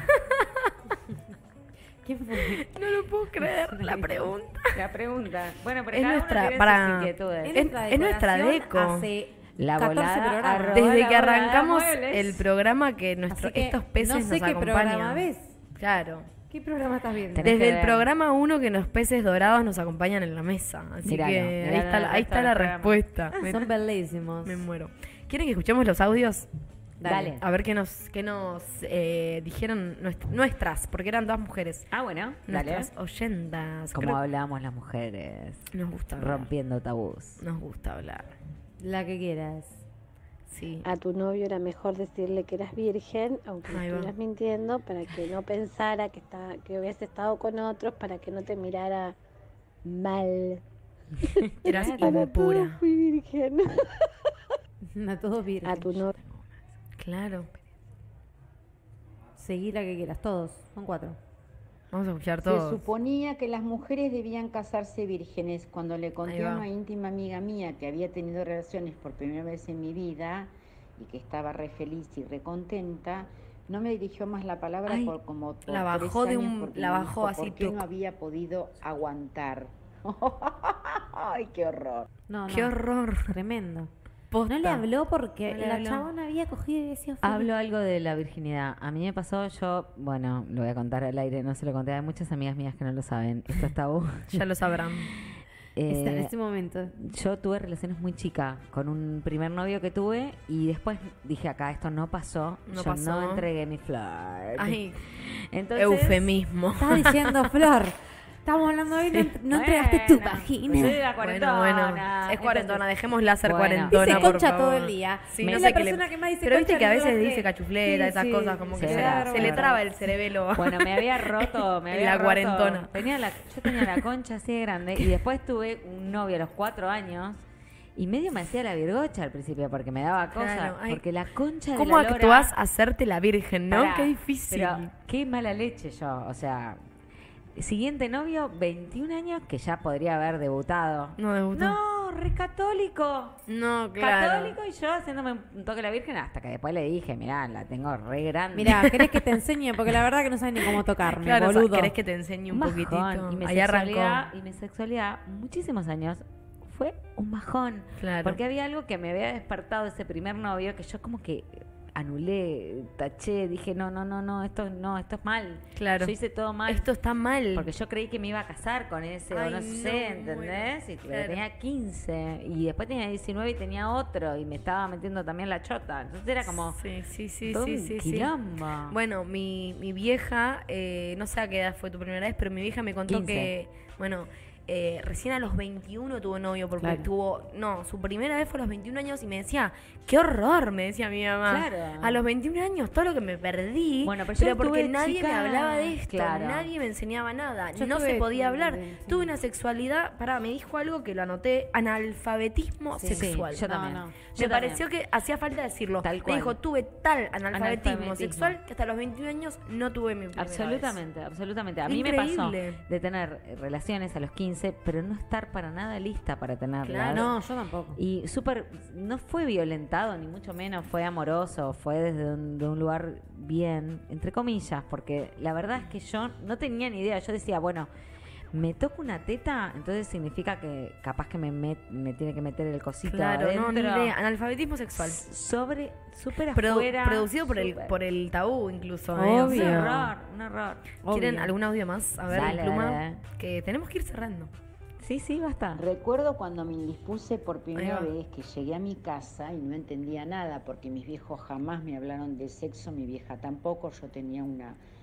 ¿Quién fue? No lo puedo creer. La pregunta. La pregunta. Bueno, pero Es cada nuestra- uno tiene para- sus inquietudes. Es nuestra decoración deco. Hace La 14 volada, programas. arroba Desde la que volada arrancamos muebles. el programa que Así que estos peces no sé nos qué programa acompañan. ves. Claro. ¿Qué programa estás viendo? Tenés que Desde el ver. programa 1 que los peces dorados nos acompañan en la mesa. Así Míralo, que míralo ahí en está, el ahí resto está de la los programas. respuesta. Son bellísimos. Me muero. ¿Quieren que escuchemos los audios? Dale. A ver qué nos dijeron nuestras, porque eran todas mujeres. Ah, bueno, dale. Nuestras oyentas. Como Creo- hablamos las mujeres, Nos gusta hablar. rompiendo tabús. Nos gusta hablar. La que quieras. Sí. A tu novio era mejor decirle que eras virgen, aunque le Ahí va. estuvieras mintiendo, para que no pensara que habías estado con otros, para que no te mirara mal. Eras Para todos impura. fui virgen. A todos virgen. A tu novio. Claro. Seguí la que quieras, todos. Son 4. Vamos a escuchar Se todo. suponía que las mujeres debían casarse vírgenes. Cuando le Ahí conté va. a una íntima amiga mía que había tenido relaciones por primera vez en mi vida y que estaba re feliz y re contenta, no me dirigió más la palabra Ay, por como por la bajó 3 de años un- porque la me bajó dijo así, por qué tuc. no había podido aguantar. Ay, qué horror. No, Qué no. horror. Tremendo. Posta. No le habló porque No le la habló. chabona había cogido y decía Hablo algo de la virginidad. A mí me pasó, bueno, lo voy a contar al aire, no se lo conté. Hay muchas amigas mías que no lo saben. Esto es tabú. Ya lo sabrán. Está en Eh, este momento. Yo tuve relaciones muy chicas con un primer novio que tuve y después dije acá, esto no pasó. No yo pasó. no entregué mi flor. Ay, Entonces, eufemismo. Estás diciendo, Flor, estamos hablando hoy, no entregaste tu vagina. Soy la cuarentona. Bueno, es cuarentona, dejémosla ser Bueno. cuarentona, Dice por concha favor. todo el día. Sí, Es no la sé qué persona le... que más dice Pero viste concha que a en veces todas dice las- cachufleta, Sí, esas sí. cosas, como que Sí, se, verdad, se le verdad. traba el cerebelo. Bueno, me había roto, En la cuarentona. Yo tenía la concha así de grande y después tuve un novio a los 4 años y medio me hacía la virgocha al principio porque me daba cosas. Claro, ay. Porque la concha de ¿Cómo la lora... actuás a hacerte la virgen, no? Pará, Qué difícil. Pero qué mala leche yo, o sea... Siguiente novio, 21 años, que ya podría haber debutado. No debutó. No, re católico. No, claro. Católico y yo haciéndome un toque a la virgen hasta que después le dije, mirá, la tengo re grande. Mirá, ¿querés que te enseñe? Porque la verdad que no sabes ni cómo tocarme, Claro, boludo. ¿querés que te enseñe un bajón. poquitito? Y mi Ahí arrancó. sexualidad, y mi sexualidad, muchísimos años, fue un bajón. Claro. Porque había algo que me había despertado ese primer novio que yo como que anulé, taché, dije, no, esto es mal. Claro. Yo hice todo mal. Esto está mal. Porque yo creí que me iba a casar con ese, Ay, o no no, sé, ¿entendés? bueno, Pero claro. tenía 15 y después tenía 19 y tenía otro y me estaba metiendo también la chota. Entonces era como Sí, todo sí, un sí. quilombo. Bueno, mi vieja, no sé a qué edad fue tu primera vez, pero mi vieja me contó 15. que, bueno, recién a los 21 tuvo novio, porque Claro. su primera vez fue a los 21 años y me decía, qué horror, me decía mi mamá. Claro. A los 21 años, todo lo que me perdí, Bueno, pero yo porque tuve nadie me chica- hablaba de esto, Claro. nadie me enseñaba nada, Yo no se tuve- podía hablar. sí. Tuve una sexualidad, me dijo algo que lo anoté, analfabetismo Sí, sexual. yo también. No, no. Me Yo pareció también. que hacía falta decirlo. Tal Me cual. dijo, tuve tal analfabetismo Analfabetismo. sexual que hasta los 21 años no tuve mi primera Absolutamente, absolutamente. A mí Increíble. me pasó de tener relaciones a los 15, pero no estar para nada lista para tenerlas. Claro. No, yo tampoco. Y no fue violentado, ni mucho menos fue amoroso, fue desde de un lugar bien, entre comillas, porque la verdad es que yo no tenía ni idea. Yo decía, bueno, me toco una teta, entonces significa que capaz que me tiene que meter el cosito Claro, no, ni adentro. idea. Analfabetismo sexual. Súper Produ- afuera. producido por súper. el tabú incluso. Obvio. Un error, un error. ¿Quieren Obvio. algún audio más? A ver, Dale, Pluma. dale. Que tenemos que ir cerrando. Sí, basta. Recuerdo cuando me indispuse por primera Ahí va. vez que llegué a mi casa y no entendía nada porque mis viejos jamás me hablaron de sexo, mi vieja tampoco, yo tenía un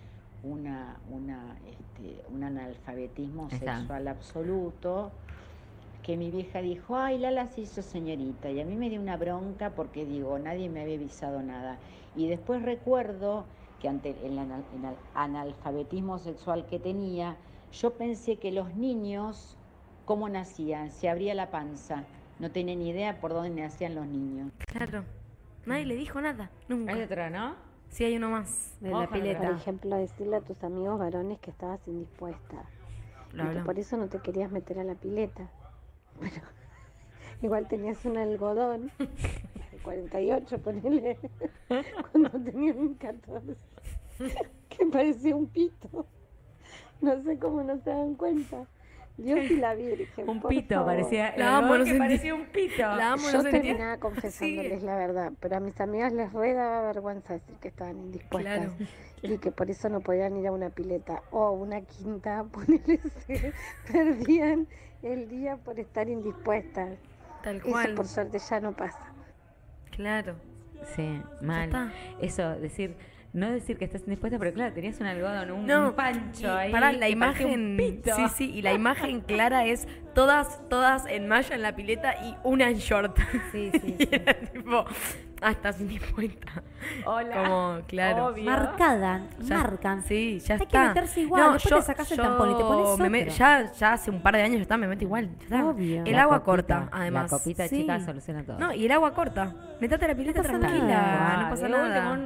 analfabetismo Ahí está. sexual absoluto, que mi vieja dijo, ay, Lala se hizo señorita, y a mí me dio una bronca porque digo, nadie me había avisado nada. Y después recuerdo que ante el analfabetismo sexual que tenía, yo pensé que los niños, ¿cómo nacían? Se abría la panza. No tenía ni idea por dónde nacían los niños. Claro. Nadie le dijo nada. Nunca. Hay otro, ¿no? Sí, hay uno más. De la Ojalá. Por pileta. ejemplo, decirle a tus amigos varones que estabas indispuesta. Lo Y que hablamos. por eso no te querías meter a la pileta. Bueno, igual tenías un algodón, de 48, ponele, cuando tenían 14, que parecía un pito. No sé cómo no se dan cuenta. Dios y la Virgen. Un por pito, favor. parecía. La amo, no que sentí- parecía un pito. La amo, no Yo sentía. terminaba confesándoles la verdad, pero a mis amigas les re daba vergüenza decir que estaban indispuestas Claro. y que por eso no podían ir a una pileta o una quinta, ponerse, perdían el día por estar indispuestas. Tal Eso cual. por suerte ya no pasa. Claro. Sí, mal. está. Eso, no decir que estás indispuesta, pero claro, tenías un algodón, un No, pancho y ahí. pará, la que parecía un imagen. pito. Sí, y la imagen clara es todas en malla en la pileta y una en short. Sí, sí, Y sí. era tipo, estás indispuesta. Hola. Como, claro. Obvio. Marcada, Ya- marcan. Sí, ya Hay que está. meterse igual, después te sacás el tampón y te pones me otro. ya hace un par de años ya me meto igual. ya está. Obvio. El La agua copita, corta, además. La copita Sí. chica soluciona todo. No, y el agua corta. Metate la pileta pasa tranquila, nada. no pasa De último, nada. un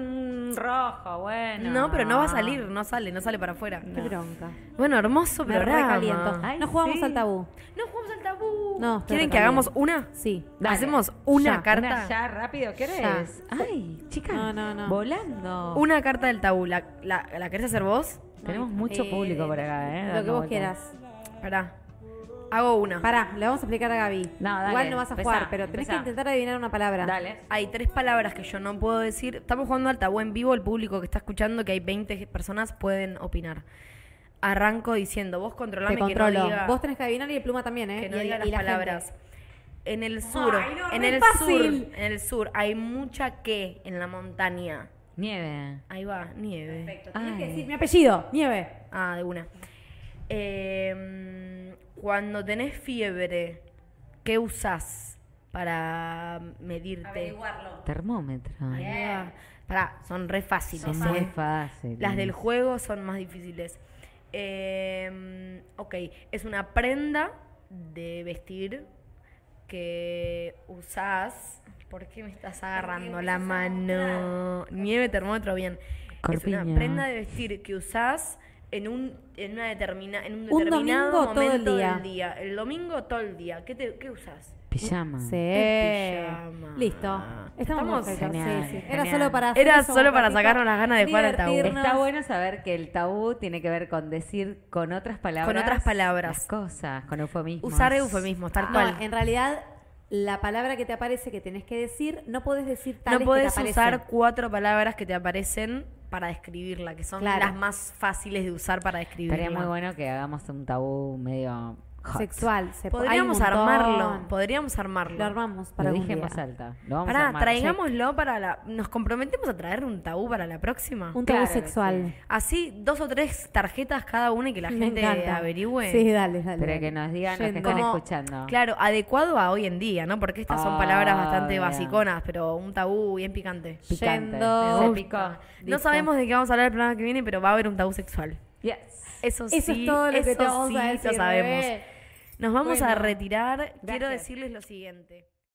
rojo, bueno. No, pero no va a salir, no sale para afuera. Qué bronca. Bueno, hermoso Me programa. recaliento. Ay, No jugamos sí. al tabú. No jugamos al tabú. No, estoy ¿Quieren que recaliente. hagamos una? Sí. Dale. Hacemos una Ya. carta. Una ya, rápido, ¿querés? Ay, chicas. No. Volando. Una carta del tabú. ¿La querés hacer vos? Tenemos mucho público por acá, ¿eh? Lo que Dando vos vueltas. quieras. Pará. Hago una. Pará, le vamos a explicar a Gaby. No, dale, Igual no vas a empezá, jugar, pero tenés empezá. que intentar adivinar una palabra. Dale. Hay 3 palabras que yo no puedo decir. Estamos jugando al tabú en vivo. El público que está escuchando, que hay 20 personas, pueden opinar. Arranco diciendo, vos controlame Te que no controlo. diga, Vos tenés que adivinar y el pluma también, ¿eh? que no Y- diga y las la gente. palabras. En el sur, Ay, no, en re el fácil. sur, en el sur hay mucha que en la montaña. Nieve. Ahí va, nieve. Perfecto. Tenés que Ay. decir mi apellido, Nieve. Ah, de una. Cuando tenés fiebre, ¿qué usás para medirte? Termómetro. Ahí va. Pará, son re fáciles. Son muy fáciles. Las del juego son más difíciles. Ok, es una prenda de vestir que usás. ¿Por qué me estás agarrando la mano? Nieve, termómetro, bien. Es una Corpiño. prenda de vestir que usás en un determinado domingo todo el momento día. del día. El domingo todo el día. ¿Qué usás? Pijama. Sí. El pijama. Listo. Estamos perfectos. Genial, Sí. Era genial. solo para hacer Era eso, solo un para ratito, sacarnos las ganas de jugar al tabú. divertirnos. Está bueno saber que el tabú tiene que ver con decir con otras palabras. Con otras palabras. Las cosas, con eufemismos. Usar eufemismos, tal No, cual. en realidad, la palabra que te aparece que tenés que decir, no podés decir tales No podés que te aparecen. usar 4 palabras que te aparecen para describirla, que son Claro. las más fáciles de usar para describirla. Estaría muy bueno que hagamos un tabú medio hot. Sexual. Podríamos hay un montón. armarlo, podríamos armarlo. Lo armamos para Lo algún dije en día. voz alta. Lo vamos a Pará, armar. traigámoslo para la... ¿Nos comprometemos a traer un tabú para la próxima? Un tabú Claro que sexual. Así, 2 o 3 tarjetas cada una y que la Me gente encanta. averigüe. Sí, dale, dale. Pero dale. que nos digan los que Yendo. están Como- escuchando. Claro, adecuado a hoy en día, ¿no? Porque estas son Ah, palabras bastante bien. basiconas, pero un tabú bien picante. Picante. Yendo. Se Me picó. No Listo. sabemos de qué vamos a hablar el programa que viene, pero va a haber un tabú sexual. Yes. Eso sí, Eso es todo lo que te eso vamos sí a decir, lo sabemos. bebé. Nos vamos a Bueno, retirar. Quiero gracias. decirles lo siguiente.